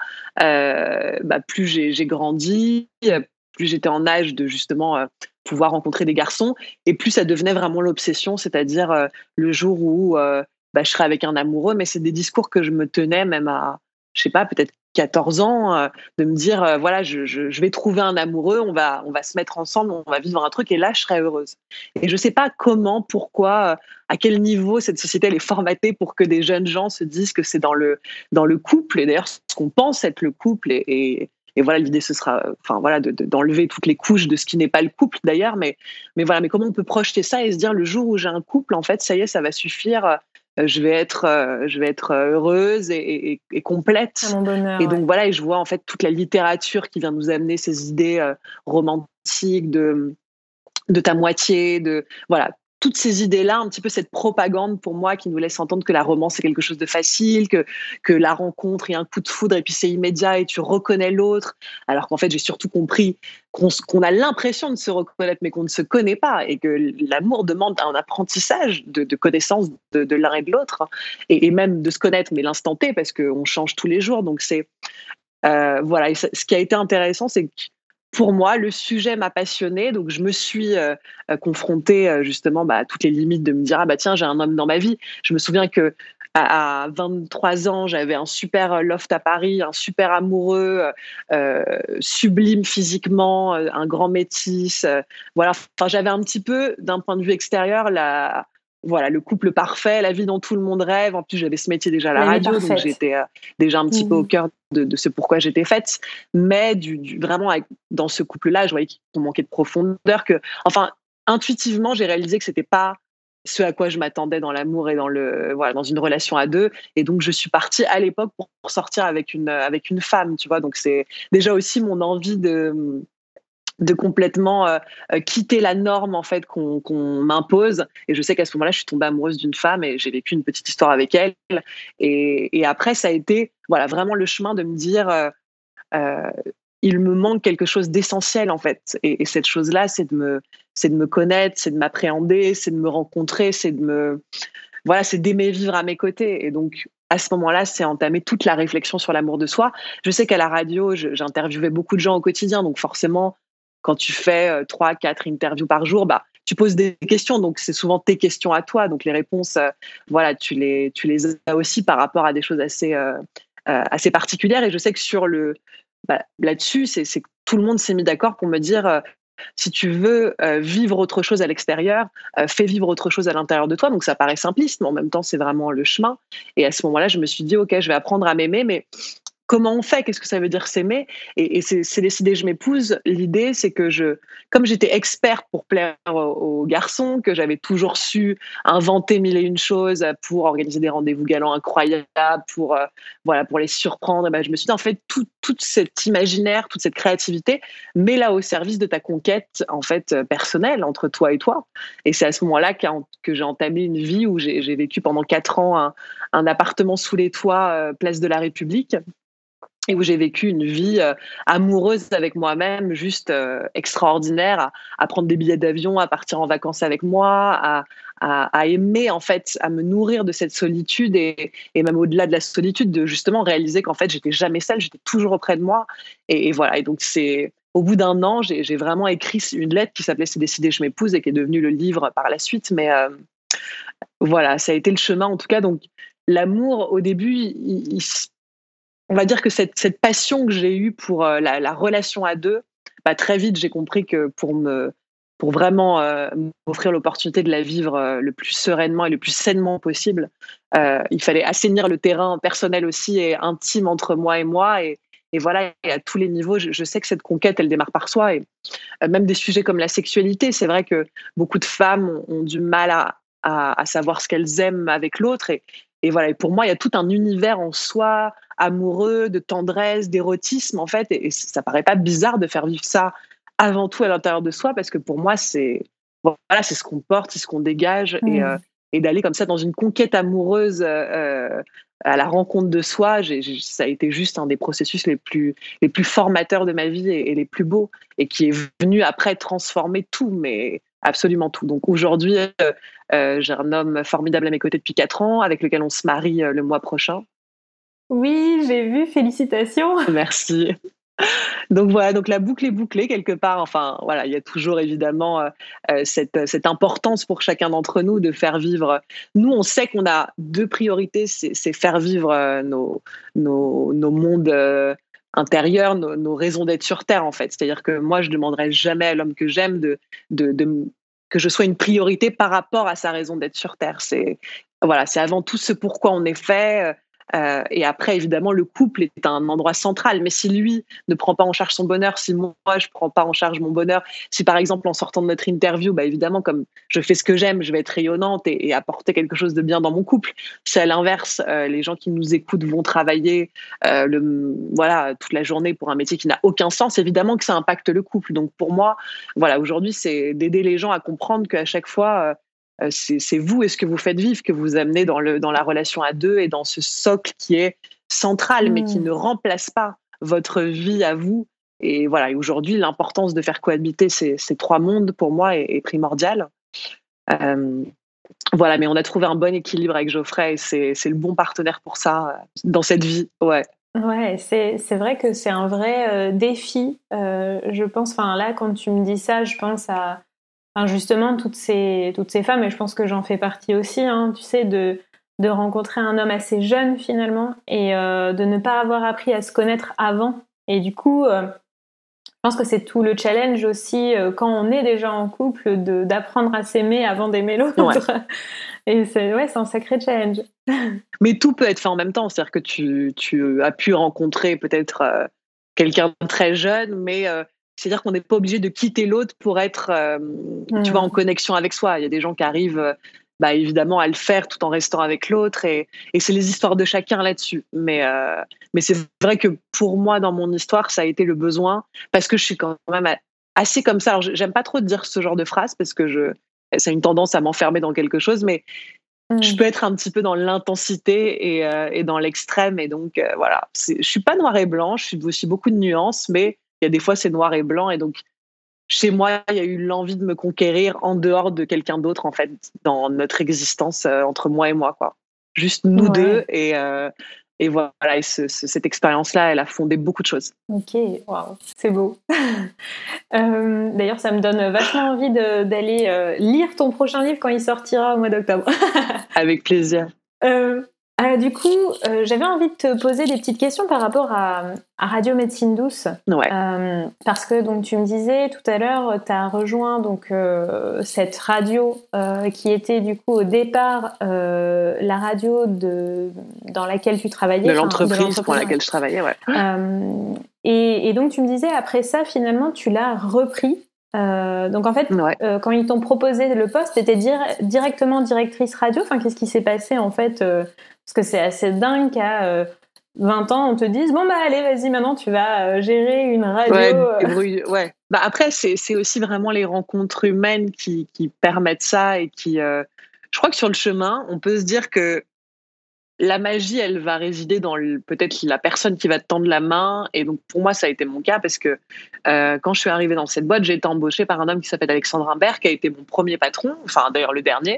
S2: plus j'ai grandi, plus j'étais en âge de justement pouvoir rencontrer des garçons, et plus ça devenait vraiment l'obsession, c'est-à-dire le jour où je serai avec un amoureux. Mais c'est des discours que je me tenais même à, je sais pas, peut-être 14 ans, de me dire voilà, je vais trouver un amoureux, on va se mettre ensemble, on va vivre un truc, et là je serai heureuse. Et je sais pas comment, pourquoi, à quel niveau cette société elle est formatée pour que des jeunes gens se disent que c'est dans le couple, et d'ailleurs ce qu'on pense être le couple, et voilà, l'idée ce sera d'enlever toutes les couches de ce qui n'est pas le couple d'ailleurs, mais voilà, mais comment on peut projeter ça et se dire le jour où j'ai un couple, en fait ça y est, ça va suffire, je vais être heureuse et complète.
S3: À mon bonheur,
S2: et donc voilà, et je vois en fait toute la littérature qui vient nous amener ces idées romantiques de ta moitié, de voilà, toutes ces idées-là, un petit peu cette propagande pour moi qui nous laisse entendre que la romance c'est quelque chose de facile, que la rencontre et un coup de foudre et puis c'est immédiat et tu reconnais l'autre, alors qu'en fait j'ai surtout compris qu'on a l'impression de se reconnaître mais qu'on ne se connaît pas, et que l'amour demande un apprentissage de connaissance de l'un et de l'autre, et même de se connaître mais l'instant T, parce qu'on change tous les jours. Donc c'est voilà, et ce qui a été intéressant, c'est que pour moi, le sujet m'a passionnée, donc je me suis confrontée justement à toutes les limites de me dire tiens, j'ai un homme dans ma vie. Je me souviens que à 23 ans, j'avais un super loft à Paris, un super amoureux, sublime physiquement, un grand métis. Voilà, enfin j'avais un petit peu, d'un point de vue extérieur, voilà, le couple parfait, la vie dont tout le monde rêve. En plus, j'avais ce métier déjà à la radio, donc j'étais déjà un petit peu au cœur de ce pourquoi j'étais faite. Mais vraiment, dans ce couple-là, je voyais qu'on manquait de profondeur. Enfin, intuitivement, j'ai réalisé que c'était pas ce à quoi je m'attendais dans l'amour et dans une relation à deux. Et donc, je suis partie à l'époque pour sortir avec une femme, tu vois. Donc, c'est déjà aussi mon envie de complètement quitter la norme en fait qu'on m'impose. Et je sais qu'à ce moment-là, je suis tombée amoureuse d'une femme et j'ai vécu une petite histoire avec elle. Et après, ça a été vraiment le chemin de me dire il me manque quelque chose d'essentiel en fait. Et cette chose-là, c'est de me connaître, c'est de m'appréhender, c'est de me rencontrer, c'est d'aimer vivre à mes côtés. Et donc, à ce moment-là, c'est entamer toute la réflexion sur l'amour de soi. Je sais qu'à la radio, j'interviewais beaucoup de gens au quotidien, donc forcément, quand tu fais 3, 4 interviews par jour, tu poses des questions, donc c'est souvent tes questions à toi. Donc les réponses, tu les as aussi par rapport à des choses assez particulières. Et je sais que là-dessus, c'est que tout le monde s'est mis d'accord pour me dire si tu veux vivre autre chose à l'extérieur, fais vivre autre chose à l'intérieur de toi. Donc ça paraît simpliste, mais en même temps, c'est vraiment le chemin. Et à ce moment-là, je me suis dit, OK, je vais apprendre à m'aimer, mais comment on fait? Qu'est-ce que ça veut dire s'aimer? Et c'est décidé, je m'épouse. L'idée, c'est que comme j'étais experte pour plaire aux garçons, que j'avais toujours su inventer mille et une choses pour organiser des rendez-vous galants incroyables, pour les surprendre, je me suis dit, en fait, tout cet imaginaire, toute cette créativité, mets-la au service de ta conquête, en fait, personnelle entre toi et toi. Et c'est à ce moment-là que j'ai entamé une vie où j'ai vécu pendant 4 ans un appartement sous les toits, place de la République, et où j'ai vécu une vie amoureuse avec moi-même, juste extraordinaire, à prendre des billets d'avion, à partir en vacances avec moi, à aimer, en fait, à me nourrir de cette solitude et même au-delà de la solitude, de justement réaliser qu'en fait, j'étais jamais seule, j'étais toujours auprès de moi. Et voilà. Et donc, au bout d'1 an, j'ai vraiment écrit une lettre qui s'appelait « C'est décidé, je m'épouse » et qui est devenue le livre par la suite. Mais voilà, ça a été le chemin, en tout cas. Donc, l'amour, au début, on va dire que cette passion que j'ai eue pour la relation à deux, très vite, j'ai compris que pour vraiment m'offrir l'opportunité de la vivre le plus sereinement et le plus sainement possible, il fallait assainir le terrain personnel aussi et intime entre moi et moi. Et voilà, et à tous les niveaux, je sais que cette conquête, elle démarre par soi. Et même des sujets comme la sexualité, c'est vrai que beaucoup de femmes ont du mal à savoir ce qu'elles aiment avec l'autre. Et voilà, et pour moi, il y a tout un univers en soi, amoureux, de tendresse, d'érotisme, en fait. Et ça paraît pas bizarre de faire vivre ça avant tout à l'intérieur de soi, parce que pour moi, c'est ce qu'on porte, c'est ce qu'on dégage. Et d'aller comme ça dans une conquête amoureuse à la rencontre de soi, ça a été juste un des processus les plus formateurs de ma vie et les plus beaux, et qui est venu après transformer tout, mais absolument tout. Donc aujourd'hui, j'ai un homme formidable à mes côtés depuis 4 ans, avec lequel on se marie le mois prochain.
S3: Oui, j'ai vu, félicitations.
S2: Merci. Donc voilà, donc la boucle est bouclée quelque part. Enfin voilà, il y a toujours évidemment cette importance pour chacun d'entre nous de faire vivre. Nous, on sait qu'on a 2 priorités, c'est faire vivre nos mondes intérieurs, nos raisons d'être sur Terre, en fait. C'est-à-dire que moi, je ne demanderai jamais à l'homme que j'aime que je sois une priorité par rapport à sa raison d'être sur Terre. C'est avant tout ce pourquoi on est fait. Et après, évidemment, le couple est un endroit central. Mais si lui ne prend pas en charge son bonheur, si moi, je ne prends pas en charge mon bonheur, si par exemple, en sortant de notre interview, évidemment, comme je fais ce que j'aime, je vais être rayonnante et apporter quelque chose de bien dans mon couple. Si à l'inverse, les gens qui nous écoutent vont travailler toute la journée pour un métier qui n'a aucun sens, évidemment que ça impacte le couple. Donc pour moi, aujourd'hui, c'est d'aider les gens à comprendre qu'à chaque fois, c'est vous et ce que vous faites vivre que vous amenez dans la relation à deux et dans ce socle qui est central, mais qui ne remplace pas votre vie à vous. Et voilà, et aujourd'hui, l'importance de faire cohabiter ces 3 mondes, pour moi, est primordiale. Mais on a trouvé un bon équilibre avec Geoffrey et c'est le bon partenaire pour ça dans cette vie. Ouais.
S3: Ouais, c'est vrai que c'est un vrai défi. Je pense, là, quand tu me dis ça, je pense à justement toutes ces femmes, et je pense que j'en fais partie aussi, tu sais, de rencontrer un homme assez jeune finalement, et de ne pas avoir appris à se connaître avant. Et du coup, pense que c'est tout le challenge aussi quand on est déjà en couple d'apprendre à s'aimer avant d'aimer l'autre. Ouais. Et c'est un sacré challenge.
S2: Mais tout peut être fait en même temps. C'est-à-dire que tu as pu rencontrer peut-être quelqu'un de très jeune, mais c'est-à-dire qu'on n'est pas obligé de quitter l'autre pour être tu vois, en connexion avec soi. Il y a des gens qui arrivent évidemment à le faire tout en restant avec l'autre et c'est les histoires de chacun là-dessus. Mais c'est vrai que pour moi, dans mon histoire, ça a été le besoin parce que je suis quand même assez comme ça. Alors, j'aime pas trop dire ce genre de phrase parce que ça a une tendance à m'enfermer dans quelque chose, mais je peux être un petit peu dans l'intensité et dans l'extrême. Et donc, voilà, je suis pas noir et blanc, je suis aussi beaucoup de nuances, mais il y a des fois, c'est noir et blanc. Et donc, chez moi, il y a eu l'envie de me conquérir en dehors de quelqu'un d'autre, en fait, dans notre existence entre moi et moi, quoi. Juste nous deux. Et voilà, et cette expérience-là, elle a fondé beaucoup de choses.
S3: Ok, waouh, c'est beau. D'ailleurs, ça me donne vachement envie d'aller lire ton prochain livre quand il sortira au mois d'octobre.
S2: Avec plaisir.
S3: Du coup, j'avais envie de te poser des petites questions par rapport à Radio Médecine Douce.
S2: Ouais.
S3: Parce que donc, tu me disais tout à l'heure, tu as rejoint donc, cette radio qui était du coup au départ la radio dans laquelle tu travaillais.
S2: De l'entreprise pour laquelle je travaillais, ouais.
S3: Et donc, tu me disais, après ça, finalement, tu l'as repris. Donc en fait, quand ils t'ont proposé le poste, tu étais directement directrice radio. Enfin, qu'est-ce qui s'est passé en fait parce que c'est assez dingue qu'à 20 ans, on te dise bon allez, vas-y, maintenant tu vas gérer une radio.
S2: Ouais. Après, c'est aussi vraiment les rencontres humaines qui permettent ça et qui. Je crois que sur le chemin, on peut se dire que la magie, elle va résider dans peut-être la personne qui va te tendre la main. Et donc, pour moi, ça a été mon cas parce que quand je suis arrivée dans cette boîte, j'ai été embauchée par un homme qui s'appelle Alexandre Imbert, qui a été mon premier patron, enfin d'ailleurs le dernier.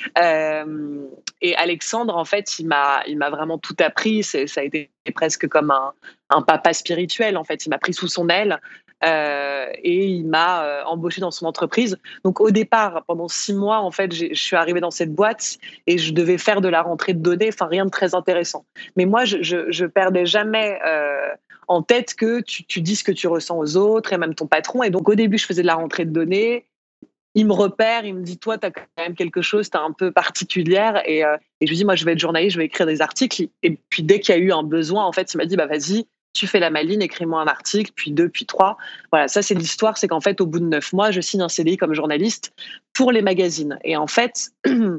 S2: Et Alexandre, en fait, il m'a vraiment tout appris. Ça a été presque comme un papa spirituel, en fait. Il m'a pris sous son aile. Et il m'a embauchée dans son entreprise. Donc au départ, pendant 6 mois, en fait, je suis arrivée dans cette boîte et je devais faire de la rentrée de données, enfin rien de très intéressant. Mais moi, je perdais jamais en tête que tu dis ce que tu ressens aux autres et même ton patron. Et donc au début, je faisais de la rentrée de données. Il me repère, il me dit toi, t'as quand même quelque chose, t'es un peu particulière. Et je lui dis moi, je vais être journaliste, je vais écrire des articles. Et puis dès qu'il y a eu un besoin, en fait, il m'a dit bah vas-y. Tu fais la maline, écris-moi un article, puis 2, puis 3. Voilà, ça c'est l'histoire, c'est qu'en fait, au bout de 9 mois, je signe un CDI comme journaliste pour les magazines. Et en fait,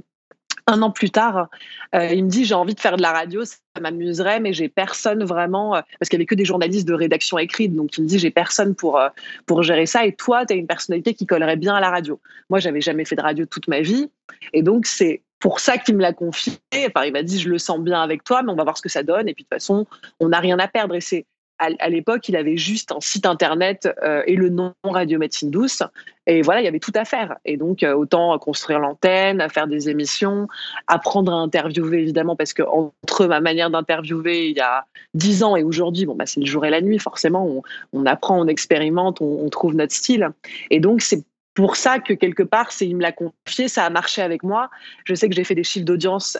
S2: 1 an plus tard, il me dit j'ai envie de faire de la radio, ça m'amuserait, mais j'ai personne vraiment, parce qu'il n'y avait que des journalistes de rédaction écrite, donc il me dit j'ai personne pour gérer ça, et toi, tu as une personnalité qui collerait bien à la radio. Moi, j'avais jamais fait de radio toute ma vie, et donc c'est pour ça qu'il me l'a confié. Enfin, il m'a dit je le sens bien avec toi, mais on va voir ce que ça donne, et puis de toute façon, on n'a rien à perdre. Et c'est à l'époque, il avait juste un site internet et le nom Radio Médecine Douce. Et voilà, il y avait tout à faire. Et donc, autant construire l'antenne, faire des émissions, apprendre à interviewer, évidemment, parce que entre ma manière d'interviewer il y a 10 ans et aujourd'hui, c'est le jour et la nuit, forcément. On apprend, on expérimente, on trouve notre style. Et donc, c'est pour ça que quelque part, il me l'a confié, ça a marché avec moi. Je sais que j'ai fait des chiffres d'audience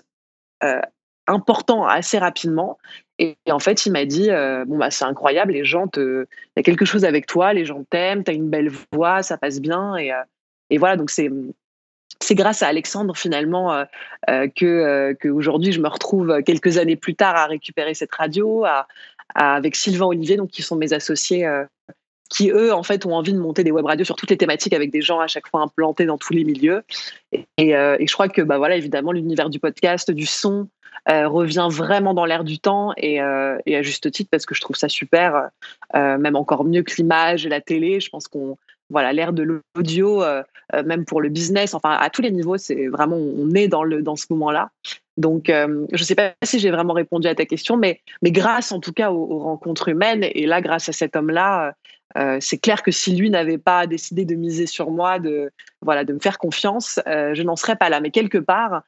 S2: importants assez rapidement. Et en fait, il m'a dit c'est incroyable, les gens il y a quelque chose avec toi, les gens t'aiment, t'as une belle voix, ça passe bien. Et voilà, donc c'est grâce à Alexandre finalement que aujourd'hui je me retrouve quelques années plus tard à récupérer cette radio avec Sylvain Olivier, donc qui sont mes associés qui eux en fait ont envie de monter des web radios sur toutes les thématiques avec des gens à chaque fois implantés dans tous les milieux. Et je crois que voilà, évidemment l'univers du podcast, du son revient vraiment dans l'air du temps et à juste titre parce que je trouve ça super, même encore mieux que l'image et la télé. Je pense l'ère de l'audio, même pour le business, enfin à tous les niveaux, c'est vraiment on est dans ce moment-là. Donc je sais pas si j'ai vraiment répondu à ta question, mais grâce en tout cas aux rencontres humaines et là grâce à cet homme-là. C'est clair que si lui n'avait pas décidé de miser sur moi, de me faire confiance, je n'en serais pas là. Mais quelque part,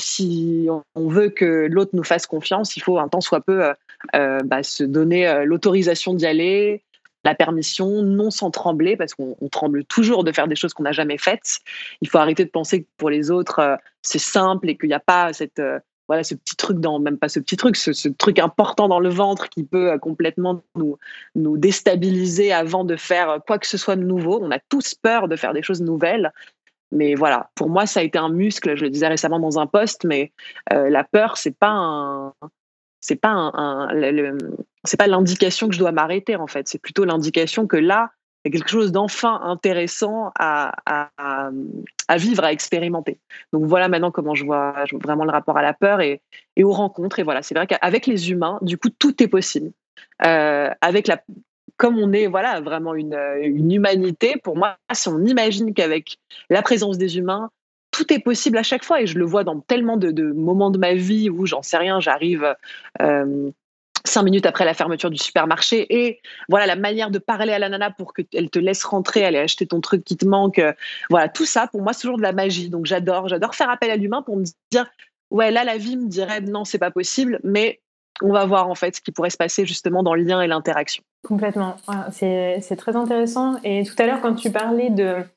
S2: si on veut que l'autre nous fasse confiance, il faut un tant soit peu se donner l'autorisation d'y aller, la permission, non sans trembler, parce qu'on tremble toujours de faire des choses qu'on n'a jamais faites. Il faut arrêter de penser que pour les autres, c'est simple et qu'il n'y a pas cette voilà, ce petit truc même pas ce petit truc, ce truc important dans le ventre qui peut complètement nous déstabiliser avant de faire quoi que ce soit de nouveau. On a tous peur de faire des choses nouvelles. Mais voilà, pour moi, ça a été un muscle. Je le disais récemment dans un post, mais la peur, c'est pas l'indication que je dois m'arrêter en fait. C'est plutôt l'indication que là, il y a quelque chose d'enfin intéressant à vivre, à expérimenter. Donc voilà maintenant comment je vois vraiment le rapport à la peur et aux rencontres. Et voilà, c'est vrai qu'avec les humains, du coup, tout est possible. Comme on est voilà vraiment une humanité, pour moi, si on imagine qu'avec la présence des humains, tout est possible à chaque fois, et je le vois dans tellement de moments de ma vie où j'en sais rien, j'arrive 5 minutes après la fermeture du supermarché et voilà la manière de parler à la nana pour qu'elle te laisse rentrer, aller acheter ton truc qui te manque, voilà tout ça pour moi c'est toujours de la magie. Donc j'adore faire appel à l'humain pour me dire ouais là la vie me dirait non c'est pas possible, mais on va voir en fait ce qui pourrait se passer justement dans le lien et l'interaction.
S3: Complètement, c'est très intéressant. Et tout à l'heure, quand tu parlais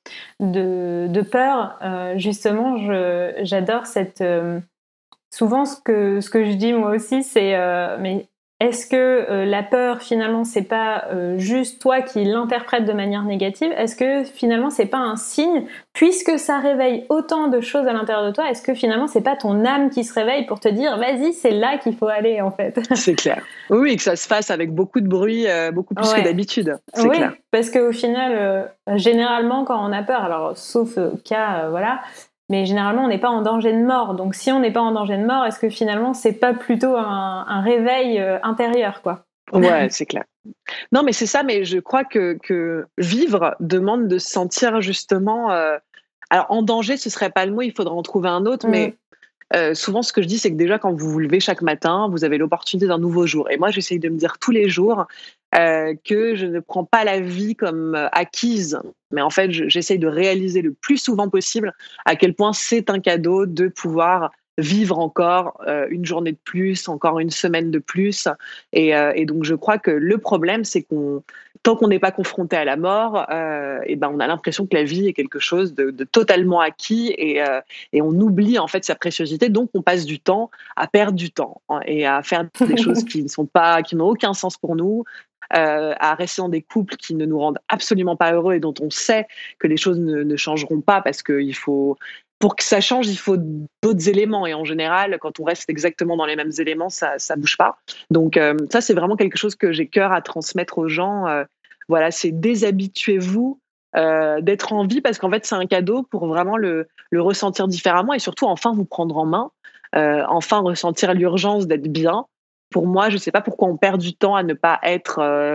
S3: de peur, justement, j'adore cette. Souvent, ce que je dis moi aussi, c'est mais est-ce que la peur, finalement, c'est pas juste toi qui l'interprètes de manière négative? Est-ce que finalement, c'est pas un signe, puisque ça réveille autant de choses à l'intérieur de toi? Est-ce que finalement, c'est pas ton âme qui se réveille pour te dire, vas-y, c'est là qu'il faut aller, en fait?
S2: C'est clair. Oui, que ça se fasse avec beaucoup de bruit, beaucoup plus que d'habitude. C'est clair.
S3: Parce qu'au final, généralement, quand on a peur, alors sauf cas, voilà. Mais généralement, on n'est pas en danger de mort. Donc, si on n'est pas en danger de mort, est-ce que finalement, c'est pas plutôt un réveil intérieur, quoi?
S2: Ouais, c'est clair. Non, mais c'est ça. Mais je crois que vivre demande de se sentir justement. Alors, en danger, ce serait pas le mot. Il faudra en trouver un autre. Mais souvent, ce que je dis, c'est que déjà, quand vous vous levez chaque matin, vous avez l'opportunité d'un nouveau jour. Et moi, j'essaye de me dire tous les jours que je ne prends pas la vie comme acquise, mais en fait, j'essaye de réaliser le plus souvent possible à quel point c'est un cadeau de pouvoir vivre encore une journée de plus, encore une semaine de plus. Et donc, je crois que le problème, c'est tant qu'on n'est pas confronté à la mort, et ben, on a l'impression que la vie est quelque chose de totalement acquis et on oublie en fait sa préciosité. Donc, on passe du temps à perdre du temps et à faire des choses qui n'ont aucun sens pour nous. À rester dans des couples qui ne nous rendent absolument pas heureux et dont on sait que les choses ne changeront pas parce qu'il faut, pour que ça change, il faut d'autres éléments. Et en général, quand on reste exactement dans les mêmes éléments, ça bouge pas. Donc ça, c'est vraiment quelque chose que j'ai cœur à transmettre aux gens. Voilà, c'est déshabituez-vous d'être en vie parce qu'en fait, c'est un cadeau pour vraiment le ressentir différemment et surtout enfin vous prendre en main, enfin ressentir l'urgence d'être bien. Pour moi, je ne sais pas pourquoi on perd du temps à ne pas être,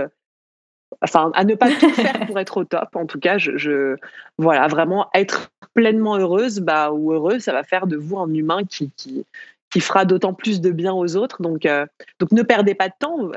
S2: à ne pas tout faire pour être au top. En tout cas, voilà, vraiment être pleinement heureuse, ou heureux, ça va faire de vous un humain qui fera d'autant plus de bien aux autres. Donc ne perdez pas de temps.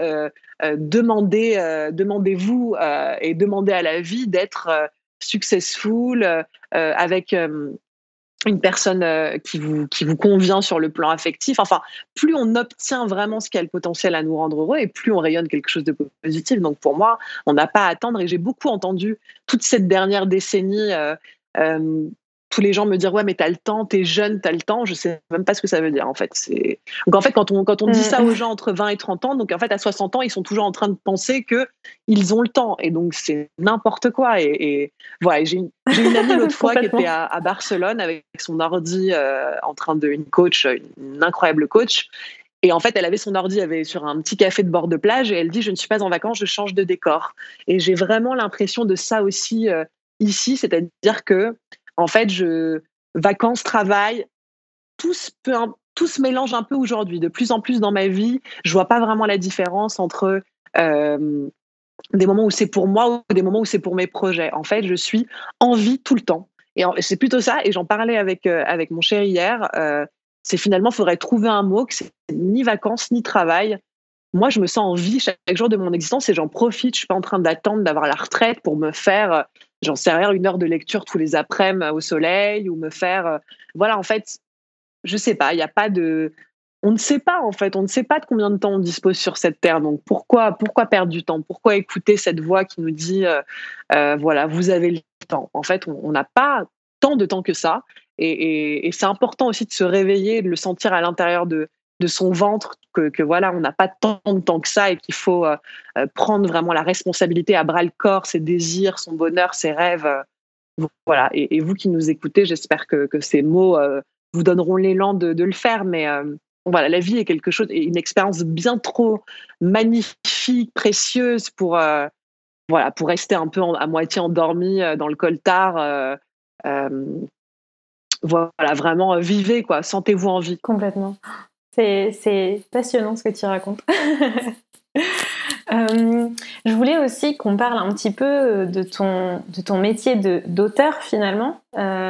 S2: Demandez-vous et demandez à la vie d'être successful avec une personne qui vous convient sur le plan affectif. Enfin, plus on obtient vraiment ce qui a le potentiel à nous rendre heureux et plus on rayonne quelque chose de positif. Donc pour moi, on n'a pas à attendre. Et j'ai beaucoup entendu toute cette dernière décennie tous les gens me dire ouais mais t'as le temps, t'es jeune, t'as le temps. Je sais même pas ce que ça veut dire en fait. Donc en fait quand on dit ça aux gens entre 20 et 30 ans, donc en fait à 60 ans ils sont toujours en train de penser que ils ont le temps et donc c'est n'importe quoi. Et voilà, j'ai une amie l'autre fois qui était à Barcelone avec son ordi en train une coach, une incroyable coach. Et en fait, elle avait son ordi sur un petit café de bord de plage et elle dit je ne suis pas en vacances, je change de décor. Et j'ai vraiment l'impression de ça aussi ici, c'est-à-dire que en fait, vacances, travail, tout se mélange un peu aujourd'hui. De plus en plus dans ma vie, je vois pas vraiment la différence entre des moments où c'est pour moi ou des moments où c'est pour mes projets. En fait, je suis en vie tout le temps. Et c'est plutôt ça. Et j'en parlais avec mon chéri hier. C'est finalement, il faudrait trouver un mot que c'est ni vacances ni travail. Moi, je me sens en vie chaque jour de mon existence et j'en profite. Je suis pas en train d'attendre d'avoir la retraite pour me faire, j'en sais rien, 1 heure de lecture tous les après-midi au soleil ou me faire, voilà, en fait, je sais pas, il y a pas de, on ne sait pas en fait, on ne sait pas de combien de temps on dispose sur cette terre. Donc pourquoi perdre du temps? Pourquoi écouter cette voix qui nous dit, voilà, vous avez le temps? En fait, on n'a pas tant de temps que ça. Et c'est important aussi de se réveiller, de le sentir à l'intérieur de son ventre, que voilà, on n'a pas tant de temps que ça et qu'il faut prendre vraiment la responsabilité à bras le corps, ses désirs, son bonheur, ses rêves. Voilà. Et vous qui nous écoutez, j'espère que ces mots vous donneront l'élan de le faire. Mais voilà, la vie est quelque chose, une expérience bien trop magnifique, précieuse pour rester un peu à moitié endormi dans le coltard. Voilà, vraiment, vivez, quoi, sentez-vous en vie.
S3: Complètement. C'est passionnant ce que tu racontes. Je voulais aussi qu'on parle un petit peu de ton métier d'auteur finalement.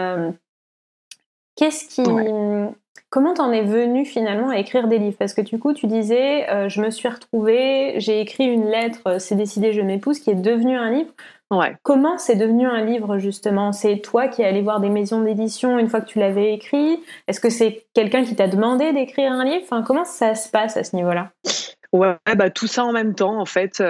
S3: Comment t'en es venue finalement à écrire des livres? Parce que du coup tu disais je me suis retrouvée, j'ai écrit une lettre, c'est décidé, je m'épouse, qui est devenue un livre.
S2: Ouais.
S3: Comment c'est devenu un livre justement? C'est toi qui es allé voir des maisons d'édition une fois que tu l'avais écrit? Est-ce que c'est quelqu'un qui t'a demandé d'écrire un livre? Enfin, comment ça se passe à ce niveau-là?
S2: Ouais, tout ça en même temps en fait.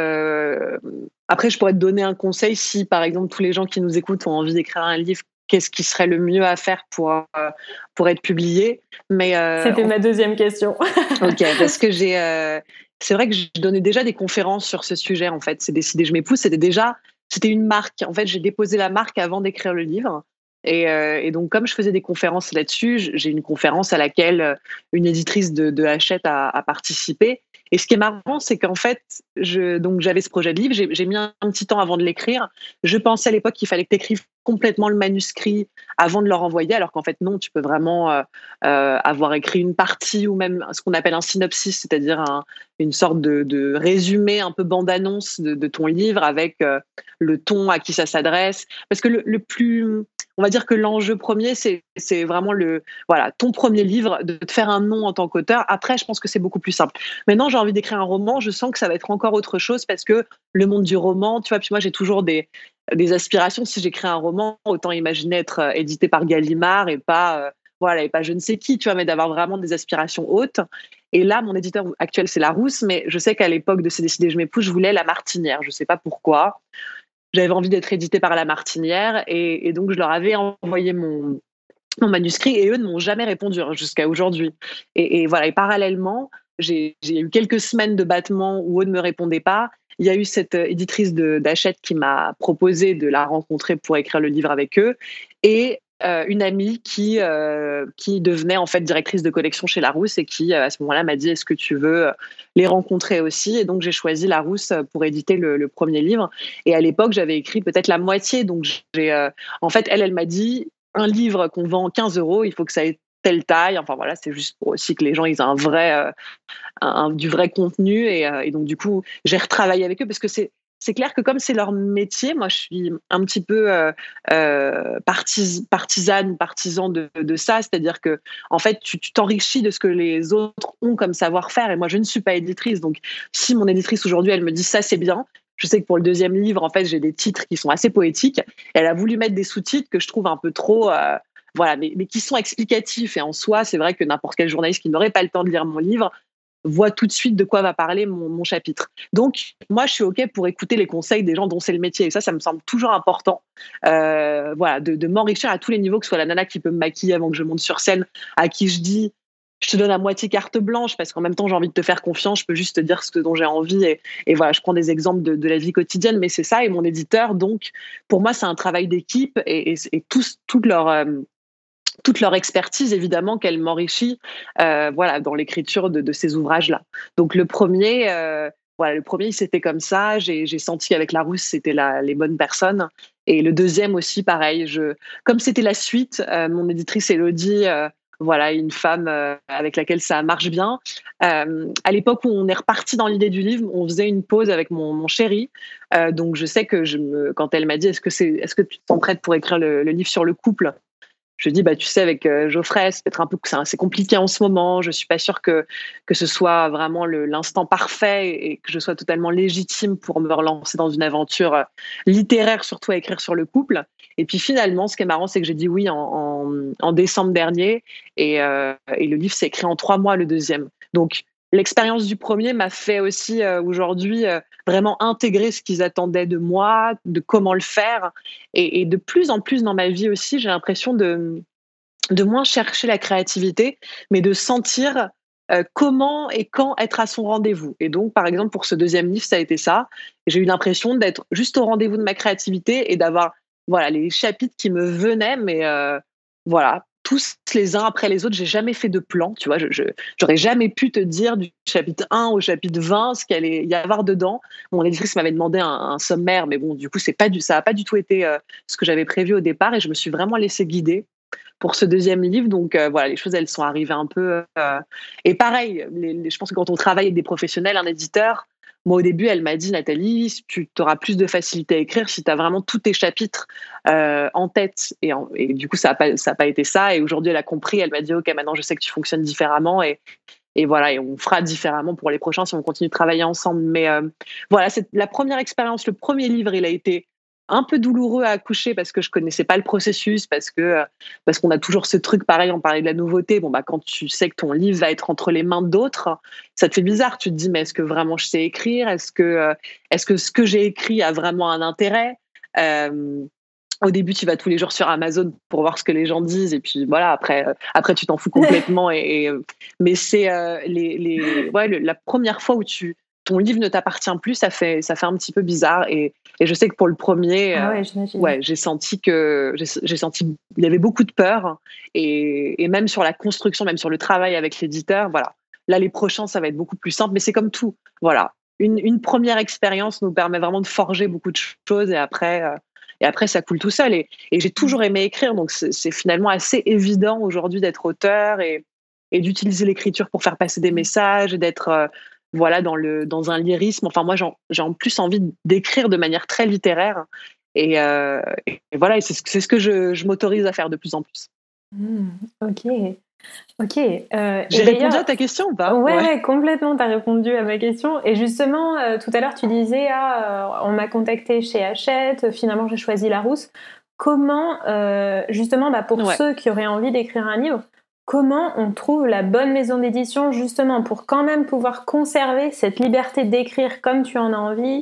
S2: Après, je pourrais te donner un conseil si par exemple tous les gens qui nous écoutent ont envie d'écrire un livre. Qu'est-ce qui serait le mieux à faire pour être publié? Mais
S3: c'était ma deuxième question.
S2: Ok, parce que c'est vrai que je donnais déjà des conférences sur ce sujet en fait. C'est décidé, je m'épouse. C'était une marque. En fait, j'ai déposé la marque avant d'écrire le livre. Et donc, comme je faisais des conférences là-dessus, j'ai une conférence à laquelle une éditrice de Hachette a participé. Et ce qui est marrant, c'est qu'en fait, j'avais ce projet de livre, j'ai mis un petit temps avant de l'écrire. Je pensais à l'époque qu'il fallait que tu écrives complètement le manuscrit avant de le renvoyer, alors qu'en fait, non, tu peux vraiment avoir écrit une partie ou même ce qu'on appelle un synopsis, c'est-à-dire une sorte de résumé, un peu bande-annonce de ton livre avec le ton à qui ça s'adresse. Parce que on va dire que l'enjeu premier, c'est vraiment ton premier livre, de te faire un nom en tant qu'auteur. Après, je pense que c'est beaucoup plus simple. Maintenant, j'ai envie d'écrire un roman, je sens que ça va être encore autre chose parce que le monde du roman, tu vois, puis moi, j'ai toujours des aspirations. Si j'écris un roman, autant imaginer être édité par Gallimard et pas je ne sais qui, tu vois, mais d'avoir vraiment des aspirations hautes. Et là, mon éditeur actuel, c'est Larousse, mais je sais qu'à l'époque de C'est décidé, je m'épouse, je voulais La Martinière. Je ne sais pas pourquoi. J'avais envie d'être éditée par La Martinière et donc je leur avais envoyé mon manuscrit et eux ne m'ont jamais répondu jusqu'à aujourd'hui. Et voilà. Et parallèlement, j'ai eu quelques semaines de battement où eux ne me répondaient pas. Il y a eu cette éditrice d'Hachette qui m'a proposé de la rencontrer pour écrire le livre avec eux et une amie qui devenait en fait directrice de collection chez Larousse et qui à ce moment-là m'a dit est-ce que tu veux les rencontrer aussi, et donc j'ai choisi Larousse pour éditer le premier livre. Et à l'époque j'avais écrit peut-être la moitié, donc en fait elle m'a dit un livre qu'on vend 15 €, il faut que ça ait telle taille. Enfin voilà, c'est juste pour aussi que les gens ils aient du vrai contenu. Et donc du coup, j'ai retravaillé avec eux parce que c'est clair que comme c'est leur métier, moi je suis un petit peu partisane ou partisan de ça. C'est-à-dire que en fait, tu t'enrichis de ce que les autres ont comme savoir-faire. Et moi, je ne suis pas éditrice. Donc si mon éditrice aujourd'hui, elle me dit ça c'est bien. Je sais que pour le deuxième livre, en fait, j'ai des titres qui sont assez poétiques. Elle a voulu mettre des sous-titres que je trouve un peu trop, mais qui sont explicatifs. Et en soi, c'est vrai que n'importe quel journaliste qui n'aurait pas le temps de lire mon livre voit tout de suite de quoi va parler mon chapitre. Donc, moi, je suis OK pour écouter les conseils des gens dont c'est le métier. Et ça me semble toujours important. De m'enrichir à tous les niveaux, que ce soit la nana qui peut me maquiller avant que je monte sur scène, à qui je dis je te donne à moitié carte blanche parce qu'en même temps j'ai envie de te faire confiance, je peux juste te dire ce dont j'ai envie et voilà, je prends des exemples de la vie quotidienne, mais c'est ça. Et mon éditeur, donc pour moi c'est un travail d'équipe et toute leur expertise évidemment qu'elle m'enrichit dans l'écriture de ces ouvrages-là. Donc le premier c'était comme ça, j'ai senti qu'avec Larousse c'était les bonnes personnes. Et le deuxième aussi pareil, comme c'était la suite, mon éditrice Élodie, une femme avec laquelle ça marche bien. À l'époque où on est reparti dans l'idée du livre, on faisait une pause avec mon chéri. Donc je sais que quand elle m'a dit est-ce que tu te sens prête pour écrire le livre sur le couple, je lui dis tu sais, avec Geoffrey, c'est compliqué en ce moment. Je suis pas sûre que ce soit vraiment l'instant parfait et que je sois totalement légitime pour me relancer dans une aventure littéraire, surtout à écrire sur le couple. Et puis finalement, ce qui est marrant, c'est que j'ai dit oui en décembre dernier et le livre s'est écrit en 3 mois, le deuxième. Donc l'expérience du premier m'a fait aussi aujourd'hui vraiment intégrer ce qu'ils attendaient de moi, de comment le faire. Et de plus en plus dans ma vie aussi, j'ai l'impression de de moins chercher la créativité, mais de sentir comment et quand être à son rendez-vous. Et donc, par exemple, pour ce deuxième livre, ça a été ça. J'ai eu l'impression d'être juste au rendez-vous de ma créativité et d'avoir voilà, les chapitres qui me venaient, mais voilà, tous les uns après les autres. J'ai jamais fait de plan, tu vois. J'aurais jamais pu te dire du chapitre 1 au chapitre 20 ce qu'il allait y avoir dedans. Mon éditrice m'avait demandé un sommaire, mais bon, du coup, ça n'a pas du tout été ce que j'avais prévu au départ et je me suis vraiment laissée guider pour ce deuxième livre. Donc voilà, les choses, elles sont arrivées un peu. Et pareil, je pense que quand on travaille avec des professionnels, un éditeur, moi au début, elle m'a dit, Nathalie, tu auras plus de facilité à écrire si tu as vraiment tous tes chapitres en tête. Et du coup, ça n'a pas été ça. Et aujourd'hui, elle a compris, elle m'a dit, OK, maintenant je sais que tu fonctionnes différemment. Et voilà, et on fera différemment pour les prochains si on continue de travailler ensemble. Mais voilà, c'est la première expérience. Le premier livre, il a été un peu douloureux à accoucher parce que je connaissais pas le processus, parce qu'on a toujours ce truc pareil, on parlait de la nouveauté. Bon, bah, quand tu sais que ton livre va être entre les mains d'autres, ça te fait bizarre. Tu te dis, mais est-ce que vraiment je sais écrire? Est-ce que ce que j'ai écrit a vraiment un intérêt? Au début, tu vas tous les jours sur Amazon pour voir ce que les gens disent, et puis voilà. Après tu t'en fous complètement. Mais c'est la première fois où ton livre ne t'appartient plus, ça fait un petit peu bizarre. Et je sais que pour le premier, j'ai senti il y avait beaucoup de peur, et même sur la construction, même sur le travail avec l'éditeur. Voilà. Là, les prochains, ça va être beaucoup plus simple, mais c'est comme tout. Voilà. Une première expérience nous permet vraiment de forger beaucoup de choses, et après, ça coule tout seul. Et j'ai toujours aimé écrire, donc c'est finalement assez évident aujourd'hui d'être auteur et d'utiliser l'écriture pour faire passer des messages, et d'être voilà, dans un lyrisme. Enfin, moi, j'ai en plus envie d'écrire de manière très littéraire. Et voilà, et c'est ce que je m'autorise à faire de plus en plus.
S3: Ok.
S2: J'ai répondu à ta question ou pas?
S3: Ouais, complètement, tu as répondu à ma question. Et justement, tout à l'heure, tu disais, on m'a contacté chez Hachette, finalement j'ai choisi Larousse. Comment, justement, pour ceux qui auraient envie d'écrire un livre, comment on trouve la bonne maison d'édition, justement, pour quand même pouvoir conserver cette liberté d'écrire comme tu en as envie,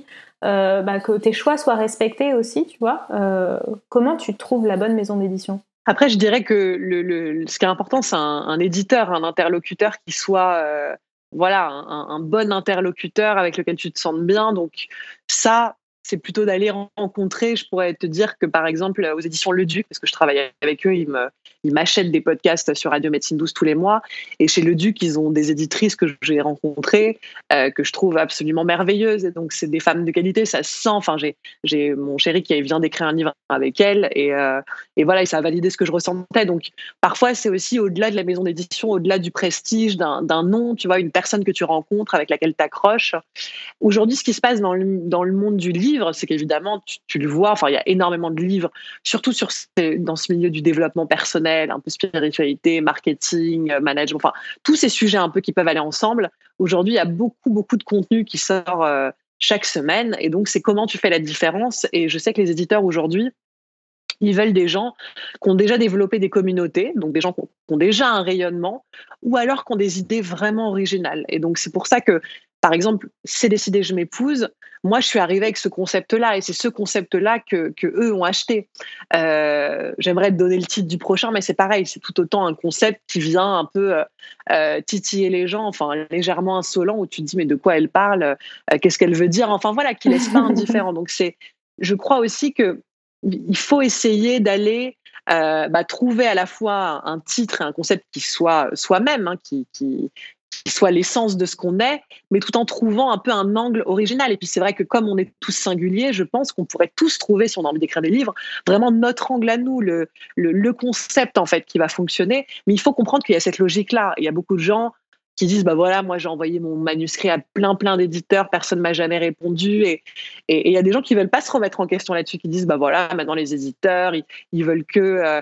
S3: que tes choix soient respectés aussi, tu vois. Comment tu trouves la bonne maison d'édition?
S2: Après, je dirais que ce qui est important, c'est un éditeur, un interlocuteur qui soit voilà, un bon interlocuteur avec lequel tu te sens bien. Donc ça, c'est plutôt d'aller rencontrer. Je pourrais te dire que, par exemple, aux éditions Le Duc, parce que je travaille avec eux, ils m'achètent des podcasts sur Radio Médecine 12 tous les mois. Et chez Le Duc, ils ont des éditrices que j'ai rencontrées, que je trouve absolument merveilleuses. Et donc, c'est des femmes de qualité, ça se sent. Enfin, j'ai mon chéri qui vient d'écrire un livre avec elle. Et voilà, et ça a validé ce que je ressentais. Donc, parfois, c'est aussi au-delà de la maison d'édition, au-delà du prestige, d'un nom, tu vois, une personne que tu rencontres, avec laquelle tu accroches. Aujourd'hui, ce qui se passe dans le monde du livre, c'est qu'évidemment, tu le vois, enfin, il y a énormément de livres, surtout dans ce milieu du développement personnel, un peu spiritualité, marketing, management, enfin, tous ces sujets un peu qui peuvent aller ensemble. Aujourd'hui, il y a beaucoup, beaucoup de contenu qui sort chaque semaine. Et donc, c'est comment tu fais la différence. Et je sais que les éditeurs aujourd'hui, ils veulent des gens qui ont déjà développé des communautés, donc des gens qui ont déjà un rayonnement, ou alors qui ont des idées vraiment originales. Et donc, c'est pour ça que, par exemple, C'est décidé, je m'épouse, moi, je suis arrivée avec ce concept-là, et c'est ce concept-là que eux ont acheté. J'aimerais te donner le titre du prochain, mais c'est pareil, c'est tout autant un concept qui vient un peu titiller les gens, enfin, légèrement insolent, où tu te dis, mais de quoi elle parle, qu'est-ce qu'elle veut dire, enfin voilà, qui laisse pas indifférent. Donc, je crois aussi que il faut essayer d'aller trouver à la fois un titre et un concept qui soit soi-même, qui soit l'essence de ce qu'on est, mais tout en trouvant un peu un angle original. Et puis c'est vrai que comme on est tous singuliers, je pense qu'on pourrait tous trouver, si on a envie d'écrire des livres, vraiment notre angle à nous, le concept en fait qui va fonctionner. Mais il faut comprendre qu'il y a cette logique-là. Il y a beaucoup de gens qui disent voilà, moi j'ai envoyé mon manuscrit à plein d'éditeurs, personne m'a jamais répondu, et il y a des gens qui veulent pas se remettre en question là-dessus, qui disent voilà, maintenant les éditeurs ils veulent que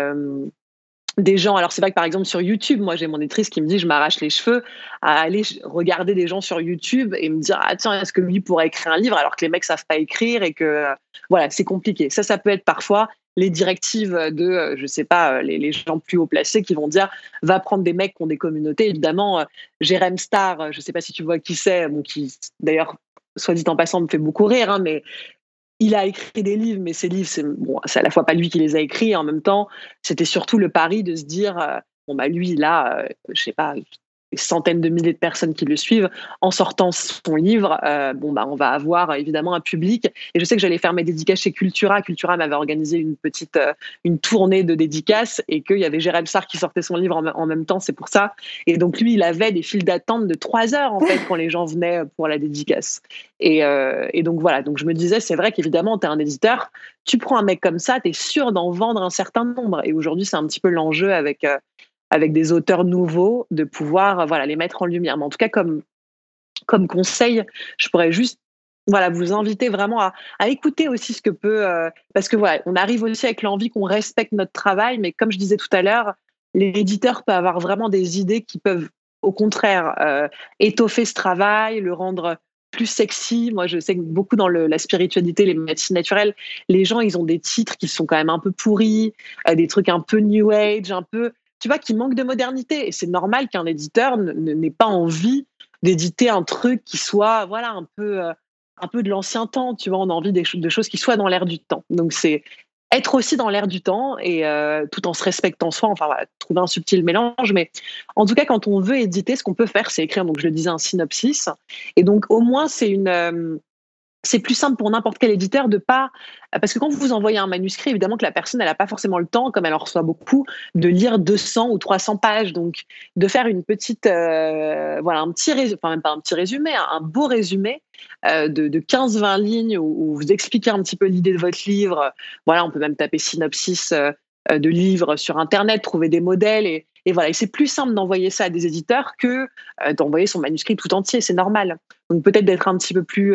S2: des gens. Alors c'est vrai que par exemple sur YouTube, moi j'ai mon éditrice qui me dit je m'arrache les cheveux à aller regarder des gens sur YouTube et me dire tiens, est-ce que lui pourrait écrire un livre, alors que les mecs savent pas écrire, et que voilà, c'est compliqué. Ça peut être parfois les directives de je sais pas, les gens plus haut placés qui vont dire va prendre des mecs qui ont des communautés. Évidemment, Jérém Star, je sais pas si tu vois qui c'est, qui d'ailleurs, soit dit en passant, me fait beaucoup rire, mais il a écrit des livres, mais ces livres, c'est à la fois pas lui qui les a écrits, et en même temps, c'était surtout le pari de se dire, lui, il a, je sais pas, des centaines de milliers de personnes qui le suivent. En sortant son livre, on va avoir évidemment un public. Et je sais que j'allais faire mes dédicaces chez Cultura. Cultura m'avait organisé une tournée de dédicaces, et qu'il y avait Gérald Sarr qui sortait son livre en même temps, c'est pour ça. Et donc lui, il avait des files d'attente de 3 heures en fait quand les gens venaient pour la dédicace. Et donc voilà, donc je me disais, c'est vrai qu'évidemment, tu es un éditeur, tu prends un mec comme ça, tu es sûr d'en vendre un certain nombre. Et aujourd'hui, c'est un petit peu l'enjeu avec des auteurs nouveaux, de pouvoir les mettre en lumière. Mais en tout cas, comme conseil, je pourrais juste vous inviter vraiment à écouter aussi ce que peut... parce que on arrive aussi avec l'envie qu'on respecte notre travail, mais comme je disais tout à l'heure, l'éditeur peut avoir vraiment des idées qui peuvent, au contraire, étoffer ce travail, le rendre plus sexy. Moi, je sais que beaucoup dans la spiritualité, les médecines naturelles, les gens, ils ont des titres qui sont quand même un peu pourris, des trucs un peu new age, un peu, tu vois, qui manquent de modernité. Et c'est normal qu'un éditeur n'ait pas envie d'éditer un truc qui soit, un peu de l'ancien temps. Tu vois, on a envie de choses qui soient dans l'air du temps. Donc, c'est être aussi dans l'air du temps, et tout en se respectant soi. Enfin, trouver un subtil mélange. Mais en tout cas, quand on veut éditer, ce qu'on peut faire, c'est écrire, donc je le disais, un synopsis. Et donc, au moins, c'est plus simple pour n'importe quel éditeur de pas... Parce que quand vous envoyez un manuscrit, évidemment que la personne, elle n'a pas forcément le temps, comme elle en reçoit beaucoup, de lire 200 ou 300 pages. Donc, de faire une petite... un petit résumé, enfin même pas un petit résumé, un beau résumé de 15-20 lignes où vous expliquez un petit peu l'idée de votre livre. Voilà, on peut même taper synopsis de livres sur Internet, trouver des modèles, et voilà. Et c'est plus simple d'envoyer ça à des éditeurs que d'envoyer son manuscrit tout entier, c'est normal. Donc peut-être d'être un petit peu plus...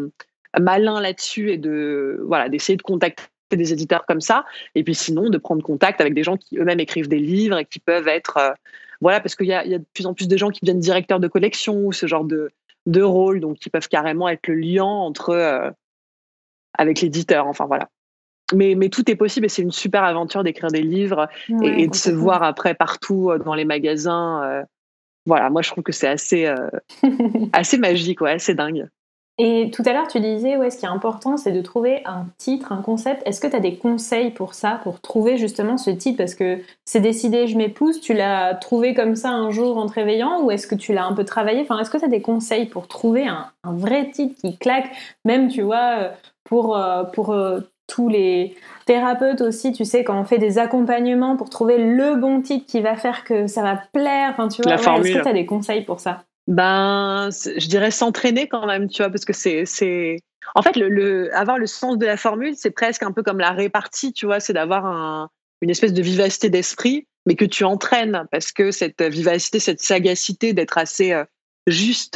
S2: malin là-dessus, et d'essayer de contacter des éditeurs comme ça, et puis sinon de prendre contact avec des gens qui eux-mêmes écrivent des livres et qui peuvent être parce qu'il y a de plus en plus de gens qui deviennent directeurs de collection ou ce genre de rôle, donc qui peuvent carrément être le lien entre avec l'éditeur, enfin voilà. Mais tout est possible, et c'est une super aventure d'écrire des livres et de se voir après partout dans les magasins. Moi je trouve que c'est assez assez magique, assez dingue.
S3: Et tout à l'heure, tu disais, ce qui est important, c'est de trouver un titre, un concept. Est-ce que tu as des conseils pour ça, pour trouver justement ce titre? Parce que c'est décidé, je m'épouse, tu l'as trouvé comme ça un jour en te réveillant, ou est-ce que tu l'as un peu travaillé? Enfin, est-ce que tu as des conseils pour trouver un vrai titre qui claque? Même, tu vois, pour tous les thérapeutes aussi, tu sais, quand on fait des accompagnements pour trouver le bon titre qui va faire que ça va plaire. Enfin, tu vois, est-ce que tu as des conseils pour ça?
S2: Je dirais s'entraîner quand même, tu vois, parce que c'est... En fait, avoir le sens de la formule, c'est presque un peu comme la répartie, tu vois, c'est d'avoir une espèce de vivacité d'esprit, mais que tu entraînes, parce que cette vivacité, cette sagacité d'être assez juste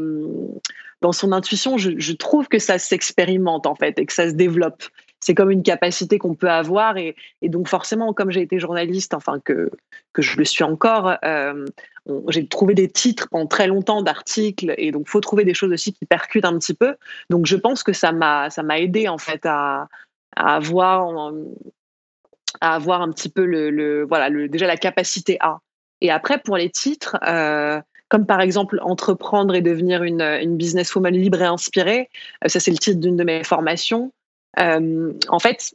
S2: dans son intuition, je trouve que ça s'expérimente, en fait, et que ça se développe. C'est comme une capacité qu'on peut avoir, et donc forcément, comme j'ai été journaliste, enfin que je le suis encore, j'ai trouvé des titres pendant très longtemps d'articles, et donc faut trouver des choses aussi qui percutent un petit peu. Donc je pense que ça m'a aidé en fait à avoir un petit peu déjà la capacité à. Et après, pour les titres, comme par exemple entreprendre et devenir une businesswoman libre et inspirée, ça c'est le titre d'une de mes formations. En fait,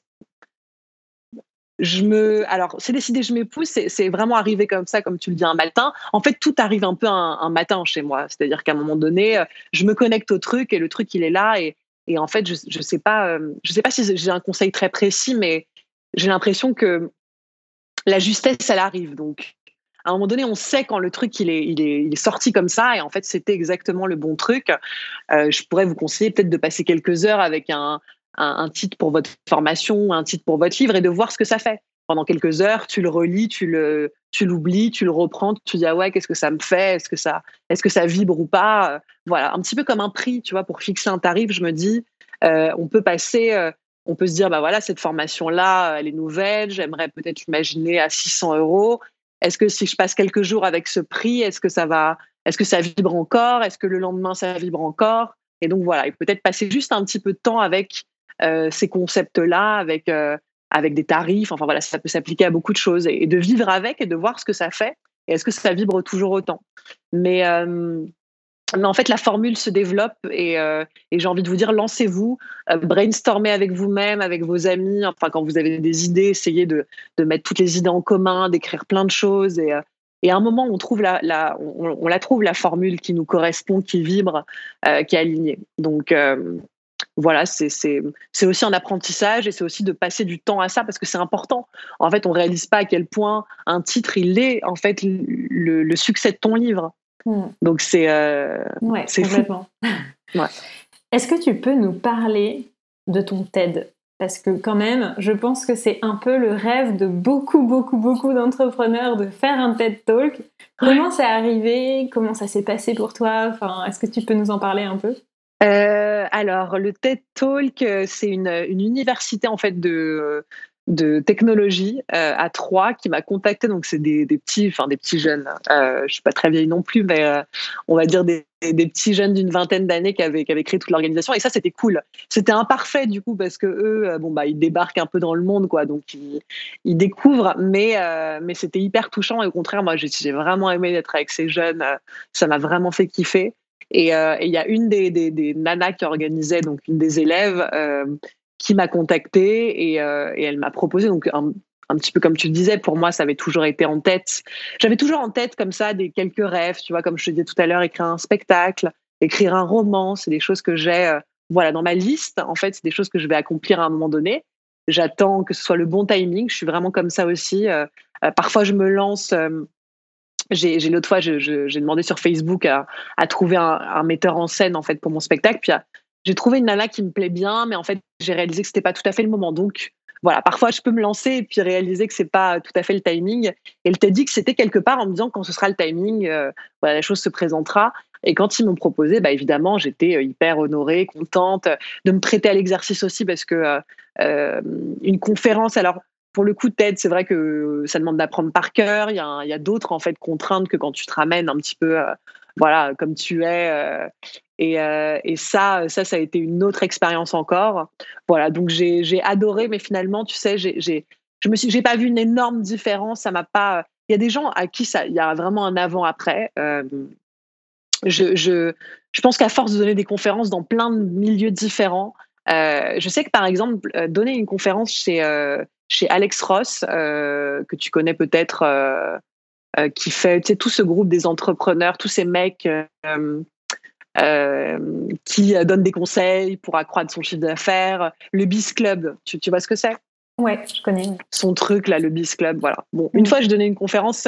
S2: c'est décidé, je m'épouse, c'est vraiment arrivé comme ça, comme tu le dis, un matin. En fait, tout arrive un peu un matin chez moi. C'est-à-dire qu'à un moment donné, je me connecte au truc, et le truc, il est là. Et en fait, je sais pas si j'ai un conseil très précis, mais j'ai l'impression que la justesse, elle arrive. Donc, à un moment donné, on sait quand le truc, il est sorti comme ça, et en fait, c'était exactement le bon truc. Je pourrais vous conseiller peut-être de passer quelques heures avec un titre pour votre formation, un titre pour votre livre, et de voir ce que ça fait. Pendant quelques heures, tu le relis, tu l'oublies, tu le reprends, tu dis qu'est-ce que ça me fait, est-ce que ça vibre ou pas, voilà, un petit peu comme un prix, tu vois, pour fixer un tarif. Je me dis, on peut se dire, cette formation-là, elle est nouvelle, j'aimerais peut-être l'imaginer à 600 €. Est-ce que si je passe quelques jours avec ce prix, est-ce que ça vibre encore? Est-ce que le lendemain, ça vibre encore? Et donc voilà, et peut-être passer juste un petit peu de temps avec ces concepts-là, avec des tarifs. Enfin voilà, ça peut s'appliquer à beaucoup de choses, et de vivre avec, et de voir ce que ça fait, et est-ce que ça vibre toujours autant. Mais Mais en fait, la formule se développe et j'ai envie de vous dire, lancez-vous, brainstormez avec vous-même, avec vos amis. Enfin, quand vous avez des idées, essayez de mettre toutes les idées en commun, d'écrire plein de choses et à un moment, on trouve on la trouve, la formule qui nous correspond, qui vibre, qui est alignée. Donc, voilà, c'est aussi un apprentissage et c'est aussi de passer du temps à ça parce que c'est important. En fait, on réalise pas à quel point un titre, il est en fait le succès de ton livre. Donc
S3: Ouais,
S2: c'est fou.
S3: complètement.
S2: Ouais.
S3: Est-ce que tu peux nous parler de ton TED? Parce que quand même, je pense que c'est un peu le rêve de beaucoup d'entrepreneurs de faire un TED Talk. Comment c'est arrivé? Comment ça s'est passé pour toi? Enfin, est-ce que tu peux nous en parler un peu?
S2: Alors, le TED Talk, c'est une université en fait de technologie à Troyes qui m'a contactée. Donc, c'est des petits jeunes. Je suis pas très vieille non plus, mais on va dire des petits jeunes d'une vingtaine d'années qui avaient créé toute l'organisation. Et ça, c'était cool. C'était imparfait du coup parce que eux, ils débarquent un peu dans le monde, quoi. Donc, ils découvrent, mais c'était hyper touchant. Et au contraire, moi, j'ai vraiment aimé d'être avec ces jeunes. Ça m'a vraiment fait kiffer. Et il y a une des nanas qui organisait, donc une des élèves, qui m'a contactée et elle m'a proposé, donc un petit peu comme tu le disais, pour moi, ça avait toujours été en tête. J'avais toujours en tête comme ça des quelques rêves, tu vois, comme je te disais tout à l'heure, écrire un spectacle, écrire un roman, c'est des choses que j'ai dans ma liste. En fait, c'est des choses que je vais accomplir à un moment donné. J'attends que ce soit le bon timing. Je suis vraiment comme ça aussi. Parfois, je me lance. J'ai l'autre fois, j'ai demandé sur Facebook à trouver un metteur en scène en fait pour mon spectacle. Puis j'ai trouvé une nana qui me plaît bien, mais en fait j'ai réalisé que c'était pas tout à fait le moment. Donc voilà, parfois je peux me lancer et puis réaliser que c'est pas tout à fait le timing. Et elle t'a dit que c'était quelque part en me disant quand ce sera le timing, la chose se présentera. Et quand ils m'ont proposé, évidemment, j'étais hyper honorée, contente de me prêter à l'exercice aussi parce que une conférence, alors pour le coup, TED, c'est vrai que ça demande d'apprendre par cœur. Il y a d'autres en fait contraintes que quand tu te ramènes un petit peu, comme tu es. Et ça a été une autre expérience encore. Voilà, donc j'ai adoré, mais finalement, tu sais, j'ai pas vu une énorme différence. Ça m'a pas. Il y a des gens à qui il y a vraiment un avant-après. Je pense qu'à force de donner des conférences dans plein de milieux différents, je sais que par exemple, donner une conférence chez Alex Ross, que tu connais peut-être, qui fait tout ce groupe des entrepreneurs, tous ces mecs qui donnent des conseils pour accroître son chiffre d'affaires. Le Biz Club, tu vois ce que c'est?
S3: Ouais, je connais.
S2: Son truc, là, le Biz Club, voilà. Bon, une fois, je donnais une conférence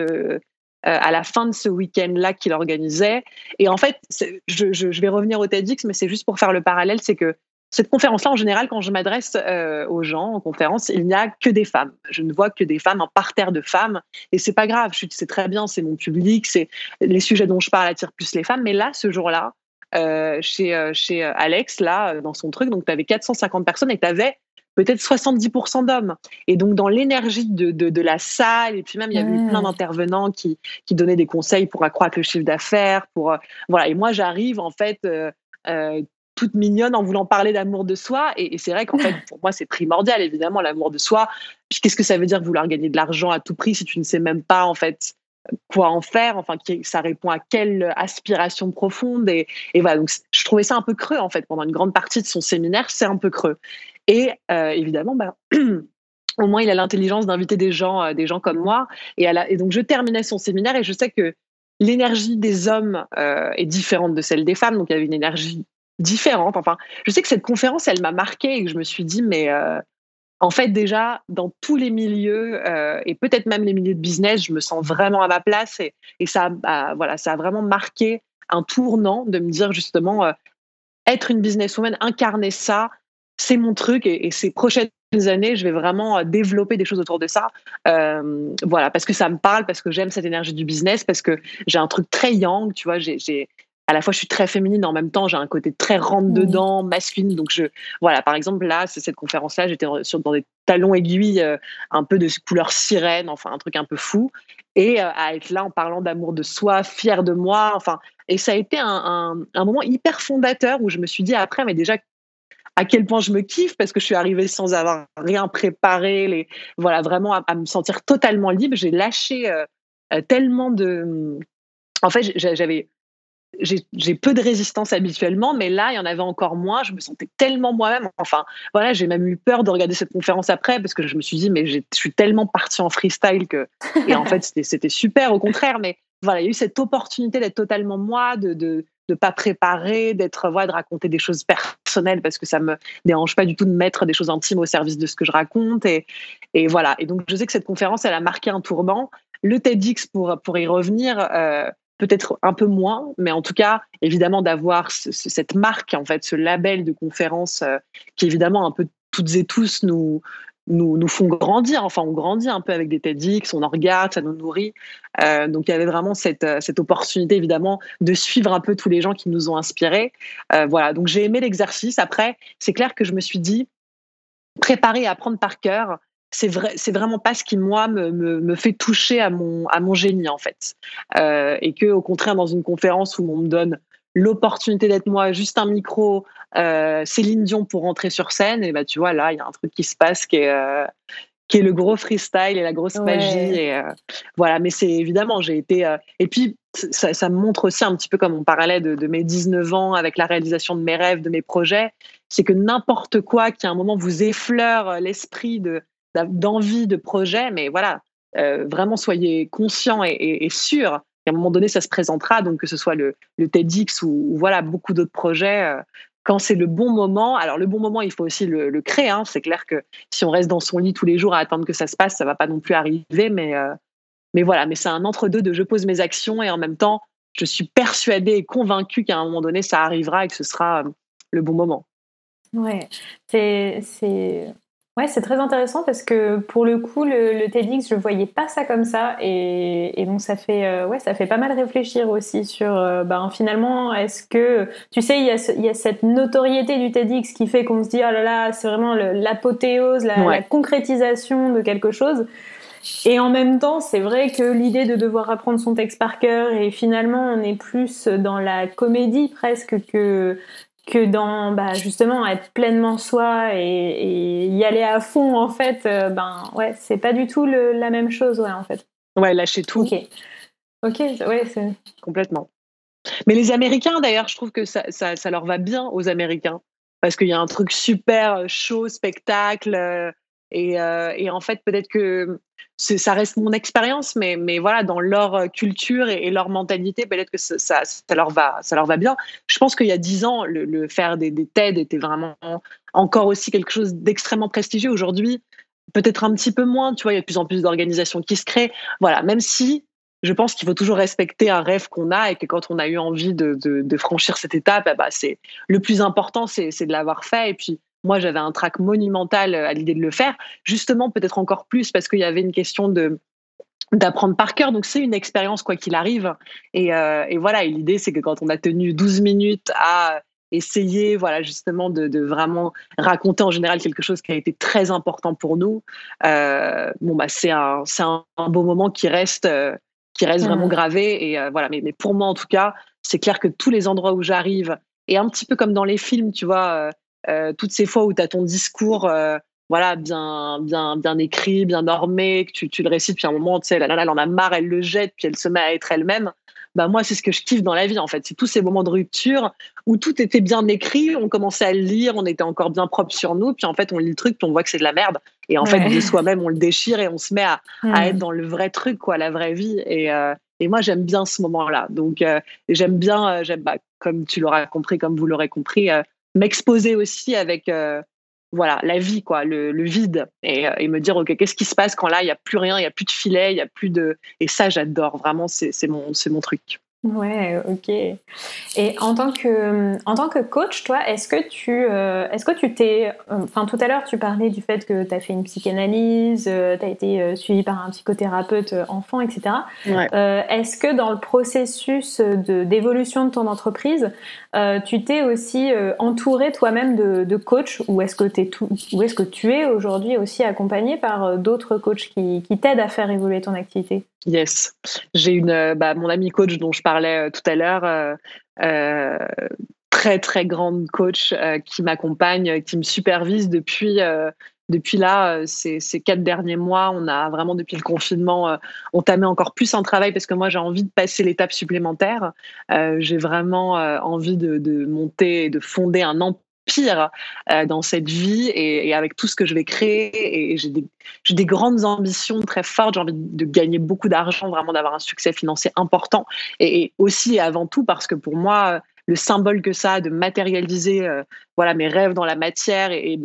S2: à la fin de ce week-end-là qu'il organisait. Et en fait, je vais revenir au TEDx, mais c'est juste pour faire le parallèle, c'est que cette conférence-là, en général, quand je m'adresse aux gens en conférence, il n'y a que des femmes. Je ne vois que des femmes, un parterre de femmes. Et c'est pas grave, c'est très bien, c'est mon public, c'est les sujets dont je parle attirent plus les femmes. Mais là, ce jour-là, chez Alex, là, dans son truc, donc tu avais 450 personnes et tu avais peut-être 70% d'hommes. Et donc, dans l'énergie de la salle, et puis même, il y avait eu plein d'intervenants qui donnaient des conseils pour accroître le chiffre d'affaires. Voilà. Et moi, j'arrive, en fait, toute mignonne en voulant parler d'amour de soi. Et c'est vrai qu'en fait, pour moi, c'est primordial, évidemment, l'amour de soi. Puis qu'est-ce que ça veut dire vouloir gagner de l'argent à tout prix si tu ne sais même pas, en fait, quoi en faire, enfin, ça répond à quelle aspiration profonde. Et voilà, donc je trouvais ça un peu creux, en fait, pendant une grande partie de son séminaire, c'est un peu creux. Et évidemment, au moins, il a l'intelligence d'inviter des gens comme moi. Et donc, je terminais son séminaire et je sais que l'énergie des hommes est différente de celle des femmes. Donc, il y avait une énergie différente. Enfin, je sais que cette conférence, elle m'a marquée et que je me suis dit, mais en fait, déjà, dans tous les milieux et peut-être même les milieux de business, je me sens vraiment à ma place et ça a vraiment marqué un tournant de me dire justement, être une businesswoman, incarner ça, c'est mon truc et ces prochaines années, je vais vraiment développer des choses autour de ça. Parce que ça me parle, parce que j'aime cette énergie du business, parce que j'ai un truc très yang, tu vois, à la fois, je suis très féminine, en même temps, j'ai un côté très rentre-dedans, masculine. Donc, par exemple, là, c'est cette conférence-là, j'étais dans des talons aiguilles un peu de couleur sirène, enfin, un truc un peu fou. Et à être là en parlant d'amour de soi, fière de moi, enfin. Et ça a été un moment hyper fondateur où je me suis dit après, mais déjà, à quel point je me kiffe parce que je suis arrivée sans avoir rien préparé, vraiment à me sentir totalement libre. J'ai lâché tellement de. En fait, j'avais j'ai peu de résistance habituellement, mais là, il y en avait encore moins. Je me sentais tellement moi-même. Enfin, voilà, j'ai même eu peur de regarder cette conférence après parce que je me suis dit, mais je suis tellement partie en freestyle que. Et en fait, c'était super, au contraire. Mais voilà, il y a eu cette opportunité d'être totalement moi, de pas préparer, d'être, voilà, de raconter des choses personnelles parce que ça me dérange pas du tout de mettre des choses intimes au service de ce que je raconte. Et voilà. Et donc, je sais que cette conférence, elle a marqué un tournant. Le TEDx, pour y revenir, peut-être un peu moins, mais en tout cas, évidemment, d'avoir cette marque, en fait, ce label de conférence qui, évidemment, un peu toutes et tous nous font grandir. Enfin, on grandit un peu avec des TEDx, on en regarde, ça nous nourrit. Donc, il y avait vraiment cette opportunité, évidemment, de suivre un peu tous les gens qui nous ont inspirés. Voilà, donc j'ai aimé l'exercice. Après, c'est clair que je me suis dit, préparer et apprendre par cœur, c'est vraiment pas ce qui, moi, me fait toucher à mon génie, en fait. Et que, au contraire, dans une conférence où on me donne l'opportunité d'être moi, juste un micro, Céline Dion pour rentrer sur scène, et bah, tu vois, là, il y a un truc qui se passe qui est le gros freestyle et la grosse magie. Et voilà, mais c'est évidemment, j'ai été. Et puis, ça me montre aussi un petit peu comme on parlait de mes 19 ans avec la réalisation de mes rêves, de mes projets. C'est que n'importe quoi qui à un moment vous effleure l'esprit d'envie, de projet, mais voilà, vraiment soyez conscients et sûrs qu'à un moment donné, ça se présentera. Donc, que ce soit le TEDx ou voilà, beaucoup d'autres projets. Quand c'est le bon moment, alors le bon moment, il faut aussi le créer. Hein. C'est clair que si on reste dans son lit tous les jours à attendre que ça se passe, ça va pas non plus arriver. Mais voilà, mais c'est un entre-deux de je pose mes actions et en même temps, je suis persuadée et convaincue qu'à un moment donné, ça arrivera et que ce sera le bon moment.
S3: Ouais, c'est très intéressant parce que pour le coup, le TEDx, je voyais pas ça comme ça et donc ça fait pas mal réfléchir aussi sur finalement, est-ce que tu sais, il y a cette notoriété du TEDx qui fait qu'on se dit oh là là, c'est vraiment l'apothéose, la concrétisation de quelque chose. Et en même temps, c'est vrai que l'idée de devoir apprendre son texte par cœur et finalement, on est plus dans la comédie presque que dans justement être pleinement soi et y aller à fond en fait, c'est pas du tout la même chose, en fait.
S2: Ouais, lâcher tout.
S3: Ok, ouais, c'est
S2: complètement. Mais les Américains, d'ailleurs, je trouve que ça leur va bien aux Américains parce qu'il y a un truc super show, spectacle. Et en fait, peut-être que ça reste mon expérience, mais voilà, dans leur culture et leur mentalité, peut-être que ça leur va bien. Je pense qu'il y a 10 ans, le faire des TED était vraiment encore aussi quelque chose d'extrêmement prestigieux. Aujourd'hui, peut-être un petit peu moins, tu vois, il y a de plus en plus d'organisations qui se créent. Voilà, même si je pense qu'il faut toujours respecter un rêve qu'on a et que quand on a eu envie de franchir cette étape, c'est le plus important, c'est de l'avoir fait. Et puis, moi, j'avais un trac monumental à l'idée de le faire, justement peut-être encore plus parce qu'il y avait une question d'apprendre par cœur. Donc, c'est une expérience quoi qu'il arrive. Et voilà, et l'idée, c'est que quand on a tenu 12 minutes à essayer, voilà, justement, de vraiment raconter en général quelque chose qui a été très important pour nous, c'est un beau moment qui reste vraiment gravé. Et voilà, mais pour moi, en tout cas, c'est clair que tous les endroits où j'arrive, et un petit peu comme dans les films, tu vois, toutes ces fois où tu as ton discours voilà, bien écrit, bien normé, que tu le récites, puis à un moment, tu sais, la nana, elle en a marre, elle le jette, puis elle se met à être elle-même. Bah, moi, c'est ce que je kiffe dans la vie, en fait. C'est tous ces moments de rupture où tout était bien écrit, on commençait à le lire, on était encore bien propre sur nous, puis en fait, on lit le truc, puis on voit que c'est de la merde. Et en fait, de soi-même, on le déchire et on se met à être dans le vrai truc, quoi, la vraie vie. Et moi, j'aime bien ce moment-là. Donc, j'aime bien, comme tu l'auras compris, comme vous l'aurez compris, m'exposer aussi avec voilà, la vie, quoi, le vide, et me dire ok, qu'est-ce qui se passe quand là il y a plus rien, il y a plus de filet, il y a plus de, et ça j'adore vraiment, c'est mon truc.
S3: Ouais, ok. Et en tant que coach, toi, est-ce que tu t'es, enfin tout à l'heure tu parlais du fait que tu as fait une psychanalyse, tu as été suivi par un psychothérapeute enfant, etc.
S2: Ouais.
S3: Est-ce que dans le processus d'évolution de ton entreprise, tu t'es aussi entouré toi-même de coachs, ou est-ce que tu es aujourd'hui aussi accompagné par d'autres coachs qui t'aident à faire évoluer ton activité?
S2: Yes, j'ai mon amie coach dont je parlais tout à l'heure, très très grande coach qui m'accompagne, qui me supervise depuis depuis là, ces 4 derniers mois, on a vraiment depuis le confinement, entamé encore plus un travail parce que moi j'ai envie de passer l'étape supplémentaire. J'ai vraiment, envie de monter et de fonder un empire, dans cette vie et avec tout ce que je vais créer et j'ai des grandes ambitions très fortes. J'ai envie de gagner beaucoup d'argent, vraiment d'avoir un succès financier important et aussi et avant tout parce que pour moi, le symbole que ça a de matérialiser, voilà mes rêves dans la matière et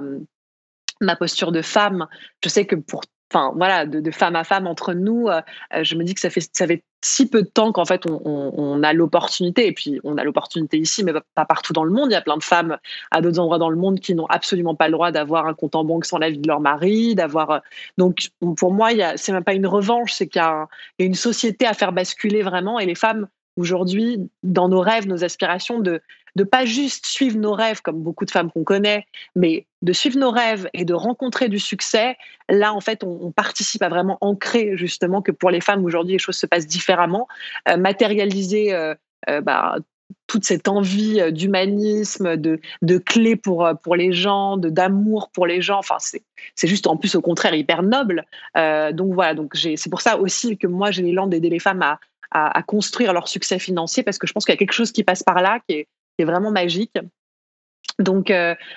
S2: ma posture de femme. Je sais que enfin voilà, de femme à femme entre nous, je me dis que ça fait si peu de temps qu'en fait on a l'opportunité, et puis on a l'opportunité ici, mais pas partout dans le monde. Il y a plein de femmes à d'autres endroits dans le monde qui n'ont absolument pas le droit d'avoir un compte en banque sans l'avis de leur mari, donc pour moi, c'est même pas une revanche, c'est qu'il y a une société à faire basculer vraiment, et les femmes aujourd'hui, dans nos rêves, nos aspirations, de pas juste suivre nos rêves comme beaucoup de femmes qu'on connaît, mais de suivre nos rêves et de rencontrer du succès. Là, en fait, on participe à vraiment ancrer justement que pour les femmes aujourd'hui, les choses se passent différemment, matérialiser toute cette envie d'humanisme, de clés pour les gens, d'amour pour les gens. Enfin, c'est juste en plus au contraire hyper noble. Donc voilà, c'est pour ça aussi que moi j'ai l'élan d'aider les femmes à construire leur succès financier, parce que je pense qu'il y a quelque chose qui passe par là qui est vraiment magique. Donc,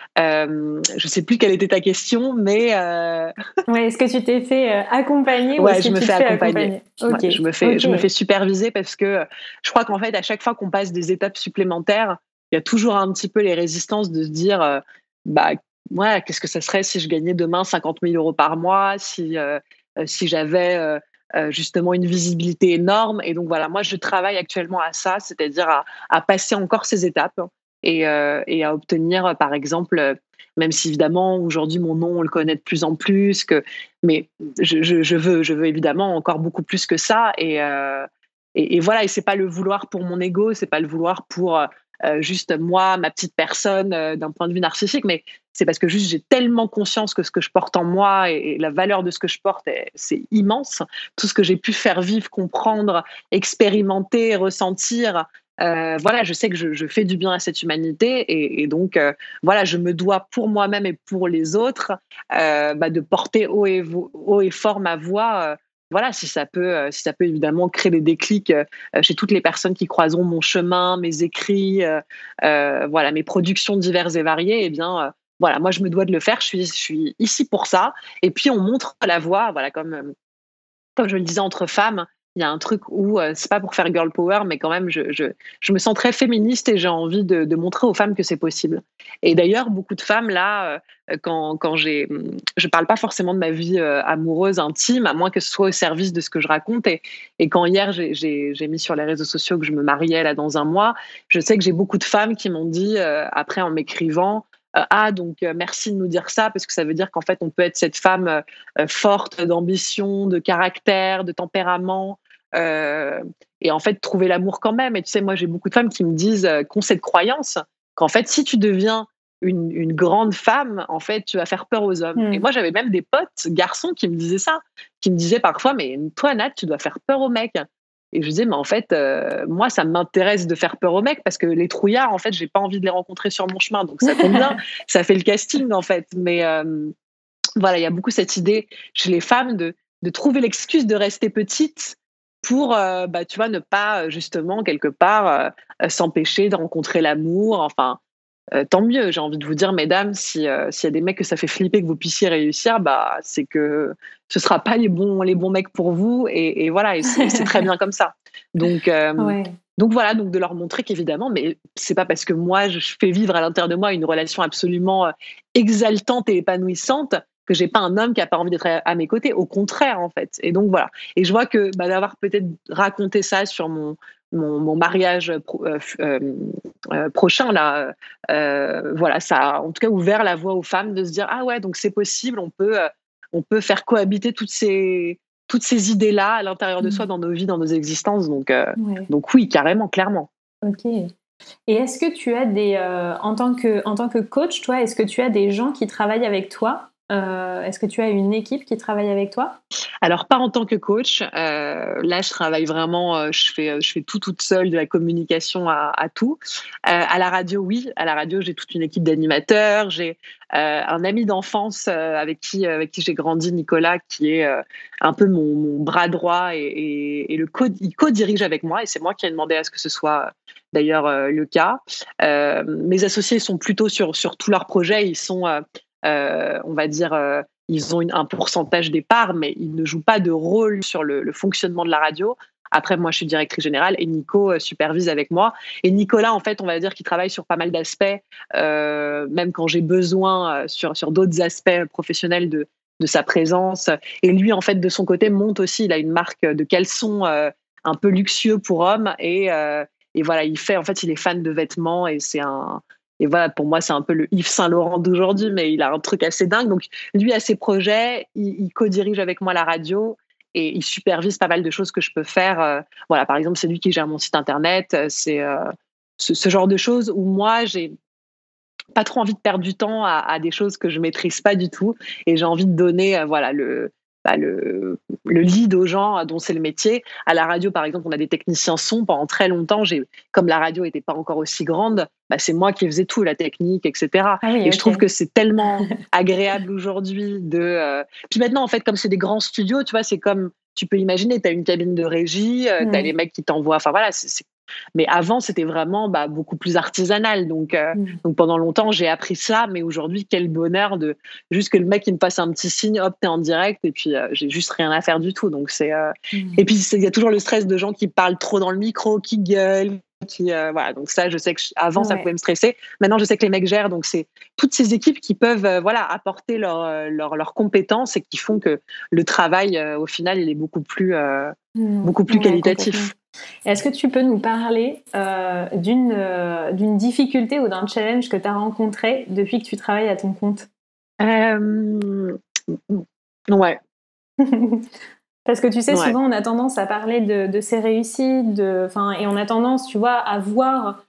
S2: je sais plus quelle était ta question, mais
S3: ouais, est-ce que tu t'es fait accompagner ou
S2: ouais,
S3: est-ce
S2: je
S3: que
S2: me
S3: tu
S2: fais
S3: te fais
S2: accompagner.
S3: Okay.
S2: Ouais, je me fais superviser parce que je crois qu'en fait, à chaque fois qu'on passe des étapes supplémentaires, il y a toujours un petit peu les résistances de se dire, bah ouais, qu'est-ce que ça serait si je gagnais demain 50 000 euros par mois, si j'avais justement une visibilité énorme. Et donc voilà, moi je travaille actuellement à ça, c'est-à-dire à passer encore ces étapes et à obtenir, par exemple, même si évidemment aujourd'hui mon nom on le connaît de plus en plus, mais je veux évidemment encore beaucoup plus que ça, et voilà, et c'est pas le vouloir pour mon ego, c'est pas le vouloir pour juste moi, ma petite personne, d'un point de vue narcissique, mais c'est parce que juste j'ai tellement conscience que ce que je porte en moi et la valeur de ce que je porte, c'est immense. Tout ce que j'ai pu faire vivre, comprendre, expérimenter, ressentir, voilà, je sais que je fais du bien à cette humanité, et donc voilà, je me dois pour moi-même et pour les autres de porter haut et fort ma voix. Voilà, si ça peut évidemment créer des déclics chez toutes les personnes qui croiseront mon chemin, mes écrits, voilà, mes productions diverses et variées, eh bien, voilà, moi je me dois de le faire. Je suis ici pour ça. Et puis on montre la voie, voilà, comme je le disais, entre femmes. Il y a un truc où c'est pas pour faire girl power, mais quand même, je me sens très féministe et j'ai envie de montrer aux femmes que c'est possible. Et d'ailleurs, beaucoup de femmes là, je parle pas forcément de ma vie amoureuse intime, à moins que ce soit au service de ce que je raconte. Et quand hier j'ai mis sur les réseaux sociaux que je me mariais là dans un mois, je sais que j'ai beaucoup de femmes qui m'ont dit après en m'écrivant. Donc merci de nous dire ça, parce que ça veut dire qu'en fait on peut être cette femme forte d'ambition, de caractère, de tempérament, et en fait trouver l'amour quand même. Et tu sais, moi j'ai beaucoup de femmes qui me disent qu'ont cette croyance qu'en fait si tu deviens une grande femme, en fait tu vas faire peur aux hommes. Et moi j'avais même des potes garçons qui me disaient ça, qui me disaient parfois, mais toi Nat, tu dois faire peur aux mecs. Et je disais, mais en fait, moi, ça m'intéresse de faire peur aux mecs, parce que les trouillards, en fait, j'ai pas envie de les rencontrer sur mon chemin. Donc ça tombe bien, ça fait le casting, en fait. Mais voilà, il y a beaucoup cette idée chez les femmes de trouver l'excuse de rester petite pour, tu vois, ne pas justement quelque part s'empêcher de rencontrer l'amour. Enfin, tant mieux. J'ai envie de vous dire, mesdames, s'il y a des mecs que ça fait flipper que vous puissiez réussir, c'est que ce sera pas les bons mecs pour vous, et voilà, et c'est très bien comme ça. Donc
S3: ouais.
S2: Donc voilà, donc de leur montrer qu'évidemment, mais c'est pas parce que moi je fais vivre à l'intérieur de moi une relation absolument exaltante et épanouissante que j'ai pas un homme qui a pas envie d'être à mes côtés. Au contraire, en fait. Et donc voilà. Et je vois que d'avoir peut-être raconté ça sur mon mariage prochain là, voilà, ça a en tout cas ouvert la voie aux femmes de se dire, ah ouais, donc c'est possible, on peut faire cohabiter toutes ces idées-là à l'intérieur de soi, dans nos vies, dans nos existences. Donc oui, carrément, clairement.
S3: Ok. Et est-ce que tu as en tant que coach, toi, est-ce que tu as des gens qui travaillent avec toi Est-ce que tu as une équipe qui travaille avec toi?
S2: Alors pas en tant que coach. Là, je travaille vraiment. Je fais tout toute seule, de la communication à tout. À la radio, oui. À la radio, j'ai toute une équipe d'animateurs. J'ai un ami d'enfance avec qui j'ai grandi, Nicolas, qui est un peu mon bras droit et il co-dirige avec moi. Et c'est moi qui ai demandé à ce que ce soit d'ailleurs le cas. Mes associés sont plutôt sur tous leurs projets. Ils sont, on va dire, ils ont un pourcentage des parts, mais ils ne jouent pas de rôle sur le fonctionnement de la radio. Après, moi, je suis directrice générale et Nico supervise avec moi. Et Nicolas, en fait, on va dire qu'il travaille sur pas mal d'aspects, même quand j'ai besoin sur d'autres aspects professionnels de sa présence. Et lui, en fait, de son côté, monte aussi. Il a une marque de caleçons un peu luxueux pour hommes. Et voilà, il est fan de vêtements et voilà, pour moi, c'est un peu le Yves Saint Laurent d'aujourd'hui, mais il a un truc assez dingue. Donc, lui a ses projets, il co-dirige avec moi la radio et il supervise pas mal de choses que je peux faire. Voilà, par exemple, c'est lui qui gère mon site internet. C'est ce genre de choses où moi, j'ai pas trop envie de perdre du temps à des choses que je maîtrise pas du tout et j'ai envie de donner voilà le lead aux gens dont c'est le métier. À la radio, par exemple, on a des techniciens son. Pendant très longtemps, comme la radio n'était pas encore aussi grande, c'est moi qui faisais tout, la technique, etc.
S3: Ah oui,
S2: et je trouve que c'est tellement agréable aujourd'hui Puis maintenant, en fait, comme c'est des grands studios, tu vois, c'est comme, tu peux imaginer, tu as une cabine de régie, tu as les mecs qui t'envoient, enfin voilà, mais avant, c'était vraiment beaucoup plus artisanal. Donc pendant longtemps, j'ai appris ça. Mais aujourd'hui, quel bonheur de juste que le mec il me passe un petit signe, hop, t'es en direct. Et puis, j'ai juste rien à faire du tout. Donc Et puis, il y a toujours le stress de gens qui parlent trop dans le micro, qui gueulent. Voilà. Donc ça, je sais que avant, ça pouvait me stresser. Maintenant, je sais que les mecs gèrent. Donc, c'est toutes ces équipes qui peuvent apporter leurs compétences et qui font que le travail, au final, il est beaucoup plus qualitatif.
S3: Est-ce que tu peux nous parler d'une difficulté ou d'un challenge que tu as rencontré depuis que tu travailles à ton compte?
S2: Ouais.
S3: Parce que tu sais, souvent on a tendance à parler de ses réussites, et on a tendance, tu vois, à voir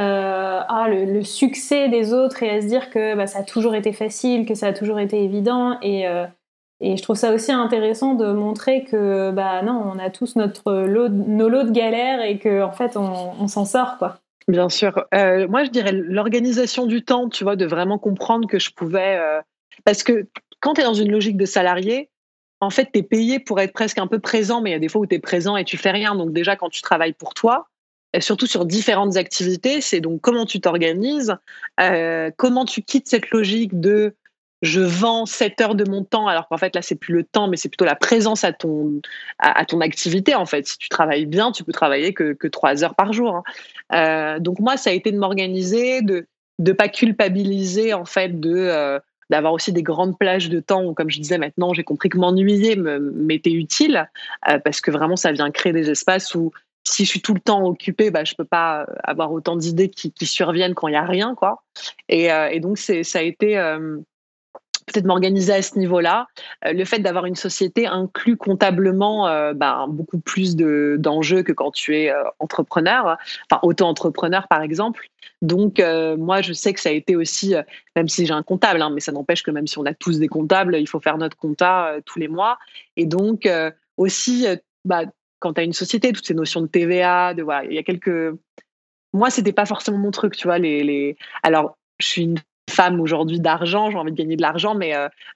S3: le succès des autres et à se dire que ça a toujours été facile, que ça a toujours été évident et je trouve ça aussi intéressant de montrer que non, on a tous nos lots de galères et que en fait on s'en sort, quoi.
S2: Bien sûr. Moi, je dirais l'organisation du temps, tu vois, de vraiment comprendre que je pouvais. Parce que quand tu es dans une logique de salarié, en fait, tu es payé pour être presque un peu présent, mais il y a des fois où tu es présent et tu fais rien. Donc déjà, quand tu travailles pour toi, et surtout sur différentes activités, c'est donc comment tu t'organises, comment tu quittes cette logique de je vends 7 heures de mon temps, alors qu'en fait, là, c'est plus le temps, mais c'est plutôt la présence à ton activité, en fait. Si tu travailles bien, tu peux travailler que 3 heures par jour. Donc moi, ça a été de m'organiser, de pas culpabiliser, en fait, d'avoir aussi des grandes plages de temps où, comme je disais maintenant, j'ai compris que m'ennuyer m'était utile, parce que vraiment, ça vient créer des espaces où si je suis tout le temps occupée, je peux pas avoir autant d'idées qui surviennent quand il y a rien, quoi. Et donc, ça a été peut-être m'organiser à ce niveau-là. Le fait d'avoir une société inclut comptablement beaucoup plus d'enjeux que quand tu es entrepreneur, enfin auto-entrepreneur par exemple. Donc moi je sais que ça a été aussi, même si j'ai un comptable, mais ça n'empêche que même si on a tous des comptables, il faut faire notre compta tous les mois. Et donc aussi, quand tu as une société, toutes ces notions de TVA, voilà, il y a moi c'était pas forcément mon truc, tu vois. Alors je suis une femme aujourd'hui d'argent, j'ai envie de gagner de l'argent, mais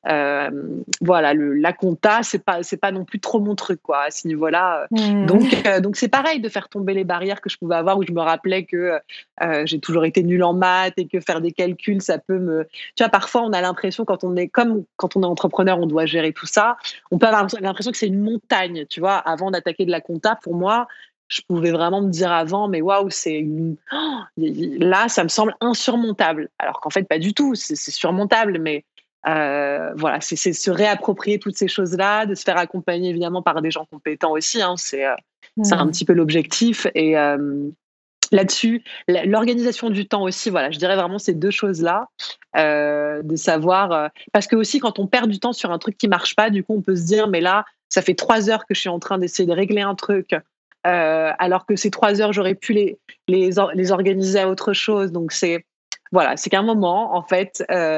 S2: voilà, la compta, c'est pas non plus trop mon truc, quoi, à ce niveau-là. Donc c'est pareil de faire tomber les barrières que je pouvais avoir, où je me rappelais que j'ai toujours été nulle en maths et que faire des calculs, ça peut tu vois, parfois on a l'impression quand on est entrepreneur, on doit gérer tout ça. On peut avoir l'impression que c'est une montagne, tu vois. Avant d'attaquer de la compta, pour moi, je pouvais vraiment me dire avant, mais waouh, là, ça me semble insurmontable. Alors qu'en fait, pas du tout, c'est surmontable, mais voilà, c'est se réapproprier toutes ces choses-là, de se faire accompagner évidemment par des gens compétents aussi, c'est un petit peu l'objectif. Et là-dessus, l'organisation du temps aussi, voilà, je dirais vraiment ces deux choses-là, de savoir, parce que aussi quand on perd du temps sur un truc qui marche pas, du coup on peut se dire, mais là, ça fait 3 heures que je suis en train d'essayer de régler un truc, alors que ces 3 heures, j'aurais pu les organiser à autre chose. Donc, c'est qu'à un moment, en fait,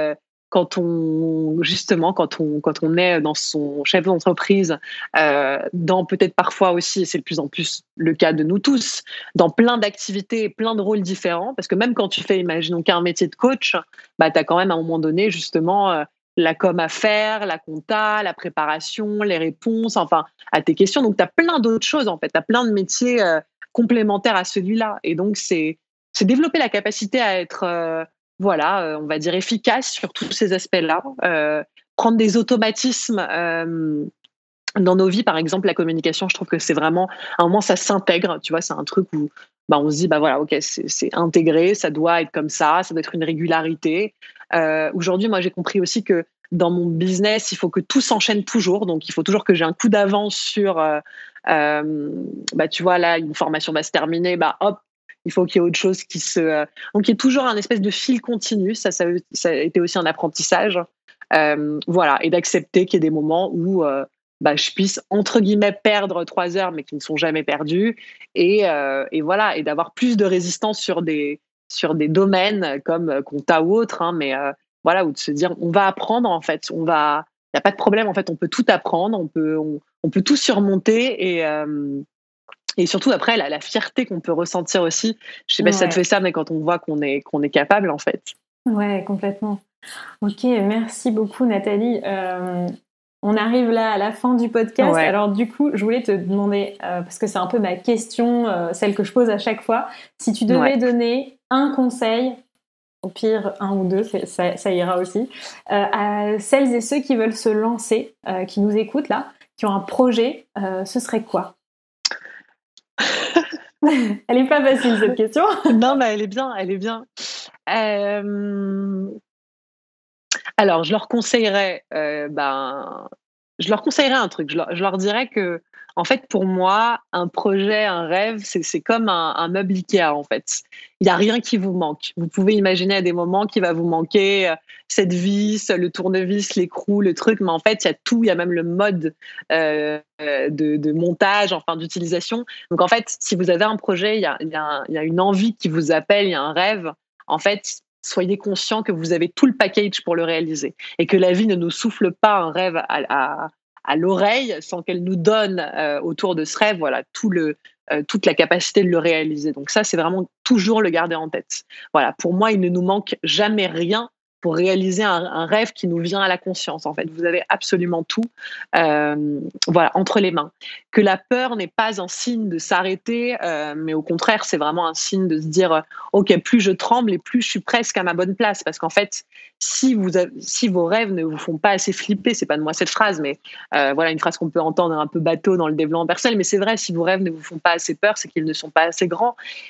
S2: quand on est dans son chef d'entreprise, dans peut-être parfois aussi, et c'est de plus en plus le cas de nous tous, dans plein d'activités, plein de rôles différents, parce que même quand tu fais, imaginons qu'un métier de coach, bah, tu as quand même à un moment donné justement la com à faire, la compta, la préparation, les réponses, enfin, à tes questions. Donc, tu as plein d'autres choses, en fait. Tu as plein de métiers complémentaires à celui-là. Et donc, c'est développer la capacité à être on va dire efficace sur tous ces aspects-là, prendre des automatismes dans nos vies. Par exemple, la communication, je trouve que c'est vraiment, à un moment, ça s'intègre, tu vois, c'est un truc où bah, on se dit, bah voilà, ok, c'est intégré, ça doit être comme ça doit être une régularité. Aujourd'hui, moi, j'ai compris aussi que dans mon business, il faut que tout s'enchaîne toujours, donc il faut toujours que j'ai un coup d'avance sur, bah, tu vois, là, une formation va se terminer, bah hop, il faut qu'il y ait autre chose qui se... Donc, il y a toujours un espèce de fil continu. Ça a été aussi un apprentissage. Voilà, et d'accepter qu'il y ait des moments où bah, je puisse, entre guillemets, perdre 3 heures, mais qui ne sont jamais perdues. Et voilà, et d'avoir plus de résistance sur des domaines comme compta ou autre. Hein, mais voilà, ou de se dire, on va apprendre, en fait. Il n'y a pas de problème, en fait, on peut tout apprendre, on peut tout surmonter. Et surtout, après, la fierté qu'on peut ressentir aussi. Je sais pas si ça te fait ça, mais quand on voit qu'on est capable, en fait.
S3: Ouais, complètement. Ok, merci beaucoup, Nathalie. On arrive là à la fin du podcast. Ouais. Alors, du coup, je voulais te demander, parce que c'est un peu ma question, celle que je pose à chaque fois, si tu devais donner un conseil, au pire 1 ou 2, ça ira aussi, à celles et ceux qui veulent se lancer, qui nous écoutent là, qui ont un projet, ce serait quoi? Elle est pas facile, cette question.
S2: Non, mais elle est bien. Alors, je leur conseillerais un truc. Je leur dirais que, en fait, pour moi, un projet, un rêve, c'est comme un meuble Ikea, en fait. Il n'y a rien qui vous manque. Vous pouvez imaginer à des moments qu'il va vous manquer cette vis, le tournevis, l'écrou, le truc, mais en fait, il y a tout. Il y a même le mode de montage, enfin, d'utilisation. Donc, en fait, si vous avez un projet, il y a une envie qui vous appelle, il y a un rêve, en fait, soyez conscient que vous avez tout le package pour le réaliser et que la vie ne nous souffle pas un rêve à l'oreille sans qu'elle nous donne autour de ce rêve, voilà, toute la capacité de le réaliser. Donc ça, c'est vraiment toujours le garder en tête. Voilà, pour moi, il ne nous manque jamais rien pour réaliser un rêve qui nous vient à la conscience. En fait, vous avez absolument tout, voilà, entre les mains. Que la peur n'est pas un signe de s'arrêter, mais au contraire, c'est vraiment un signe de se dire, ok, plus je tremble et plus je suis presque à ma bonne place. Parce qu'en fait, si vos rêves ne vous font pas assez flipper, c'est pas de moi cette phrase, mais voilà, une phrase qu'on peut entendre un peu bateau dans le développement personnel, mais c'est vrai, si vos rêves ne vous font pas assez peur, c'est qu'ils ne sont pas assez grands.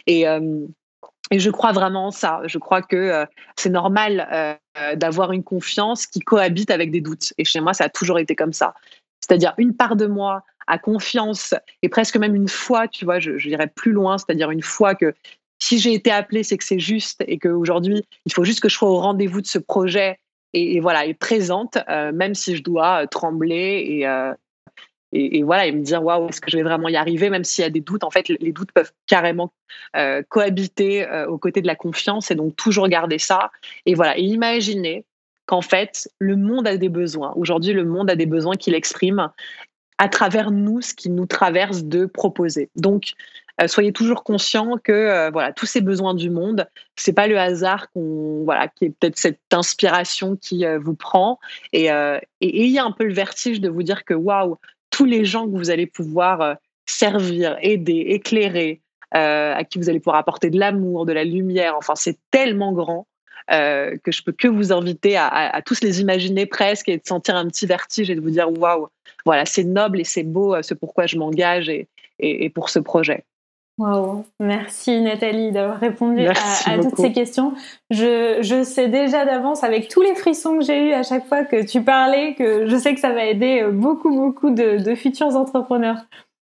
S2: Et je crois vraiment en ça. Je crois que c'est normal d'avoir une confiance qui cohabite avec des doutes. Et chez moi, ça a toujours été comme ça. C'est-à-dire une part de moi a confiance et presque même une foi, tu vois, je dirais plus loin, c'est-à-dire une foi que si j'ai été appelée, c'est que c'est juste et qu'aujourd'hui, il faut juste que je sois au rendez-vous de ce projet et voilà, et présente, même si je dois trembler et voilà, et me dire waouh, est-ce que je vais vraiment y arriver, même s'il y a des doutes. En fait, les doutes peuvent carrément cohabiter aux côtés de la confiance, et donc toujours garder ça. Et voilà, et imaginer qu'en fait, le monde a des besoins. Aujourd'hui, le monde a des besoins qu'il exprime à travers nous, ce qui nous traverse de proposer. Donc, soyez toujours conscients que voilà, tous ces besoins du monde, c'est pas le hasard qui est peut-être cette inspiration qui vous prend, et ayez un peu le vertige de vous dire que waouh, tous les gens que vous allez pouvoir servir, aider, éclairer, à qui vous allez pouvoir apporter de l'amour, de la lumière, enfin c'est tellement grand que je peux que vous inviter à tous les imaginer presque et de sentir un petit vertige et de vous dire waouh, voilà, c'est noble et c'est beau ce pourquoi je m'engage et pour ce projet.
S3: Wow. Merci Nathalie d'avoir répondu à toutes ces questions. Je sais déjà d'avance, avec tous les frissons que j'ai eus à chaque fois que tu parlais, que je sais que ça va aider beaucoup de futurs entrepreneurs.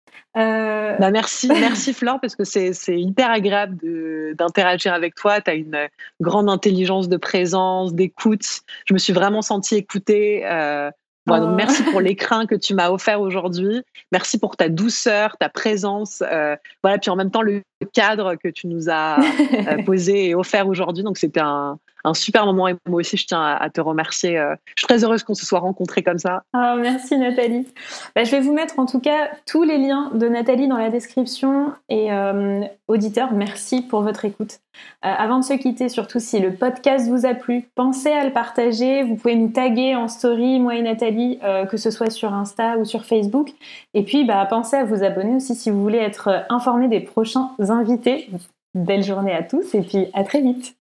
S2: Merci Flore, parce que c'est hyper agréable d'interagir avec toi. Tu as une grande intelligence de présence, d'écoute. Je me suis vraiment sentie écoutée. Voilà, donc merci pour l'écrin que tu m'as offert aujourd'hui. Merci pour ta douceur, ta présence. Voilà, puis en même temps, le cadre que tu nous as posé et offert aujourd'hui. Donc, c'était un un super moment et moi aussi, je tiens à te remercier. Je suis très heureuse qu'on se soit rencontrés comme ça.
S3: Ah, merci Nathalie. Je vais vous mettre en tout cas tous les liens de Nathalie dans la description et auditeurs, merci pour votre écoute. Avant de se quitter, surtout si le podcast vous a plu, pensez à le partager. Vous pouvez nous taguer en story, moi et Nathalie, que ce soit sur Insta ou sur Facebook. Et puis, pensez à vous abonner aussi si vous voulez être informé des prochains invités. Belle journée à tous et puis à très vite.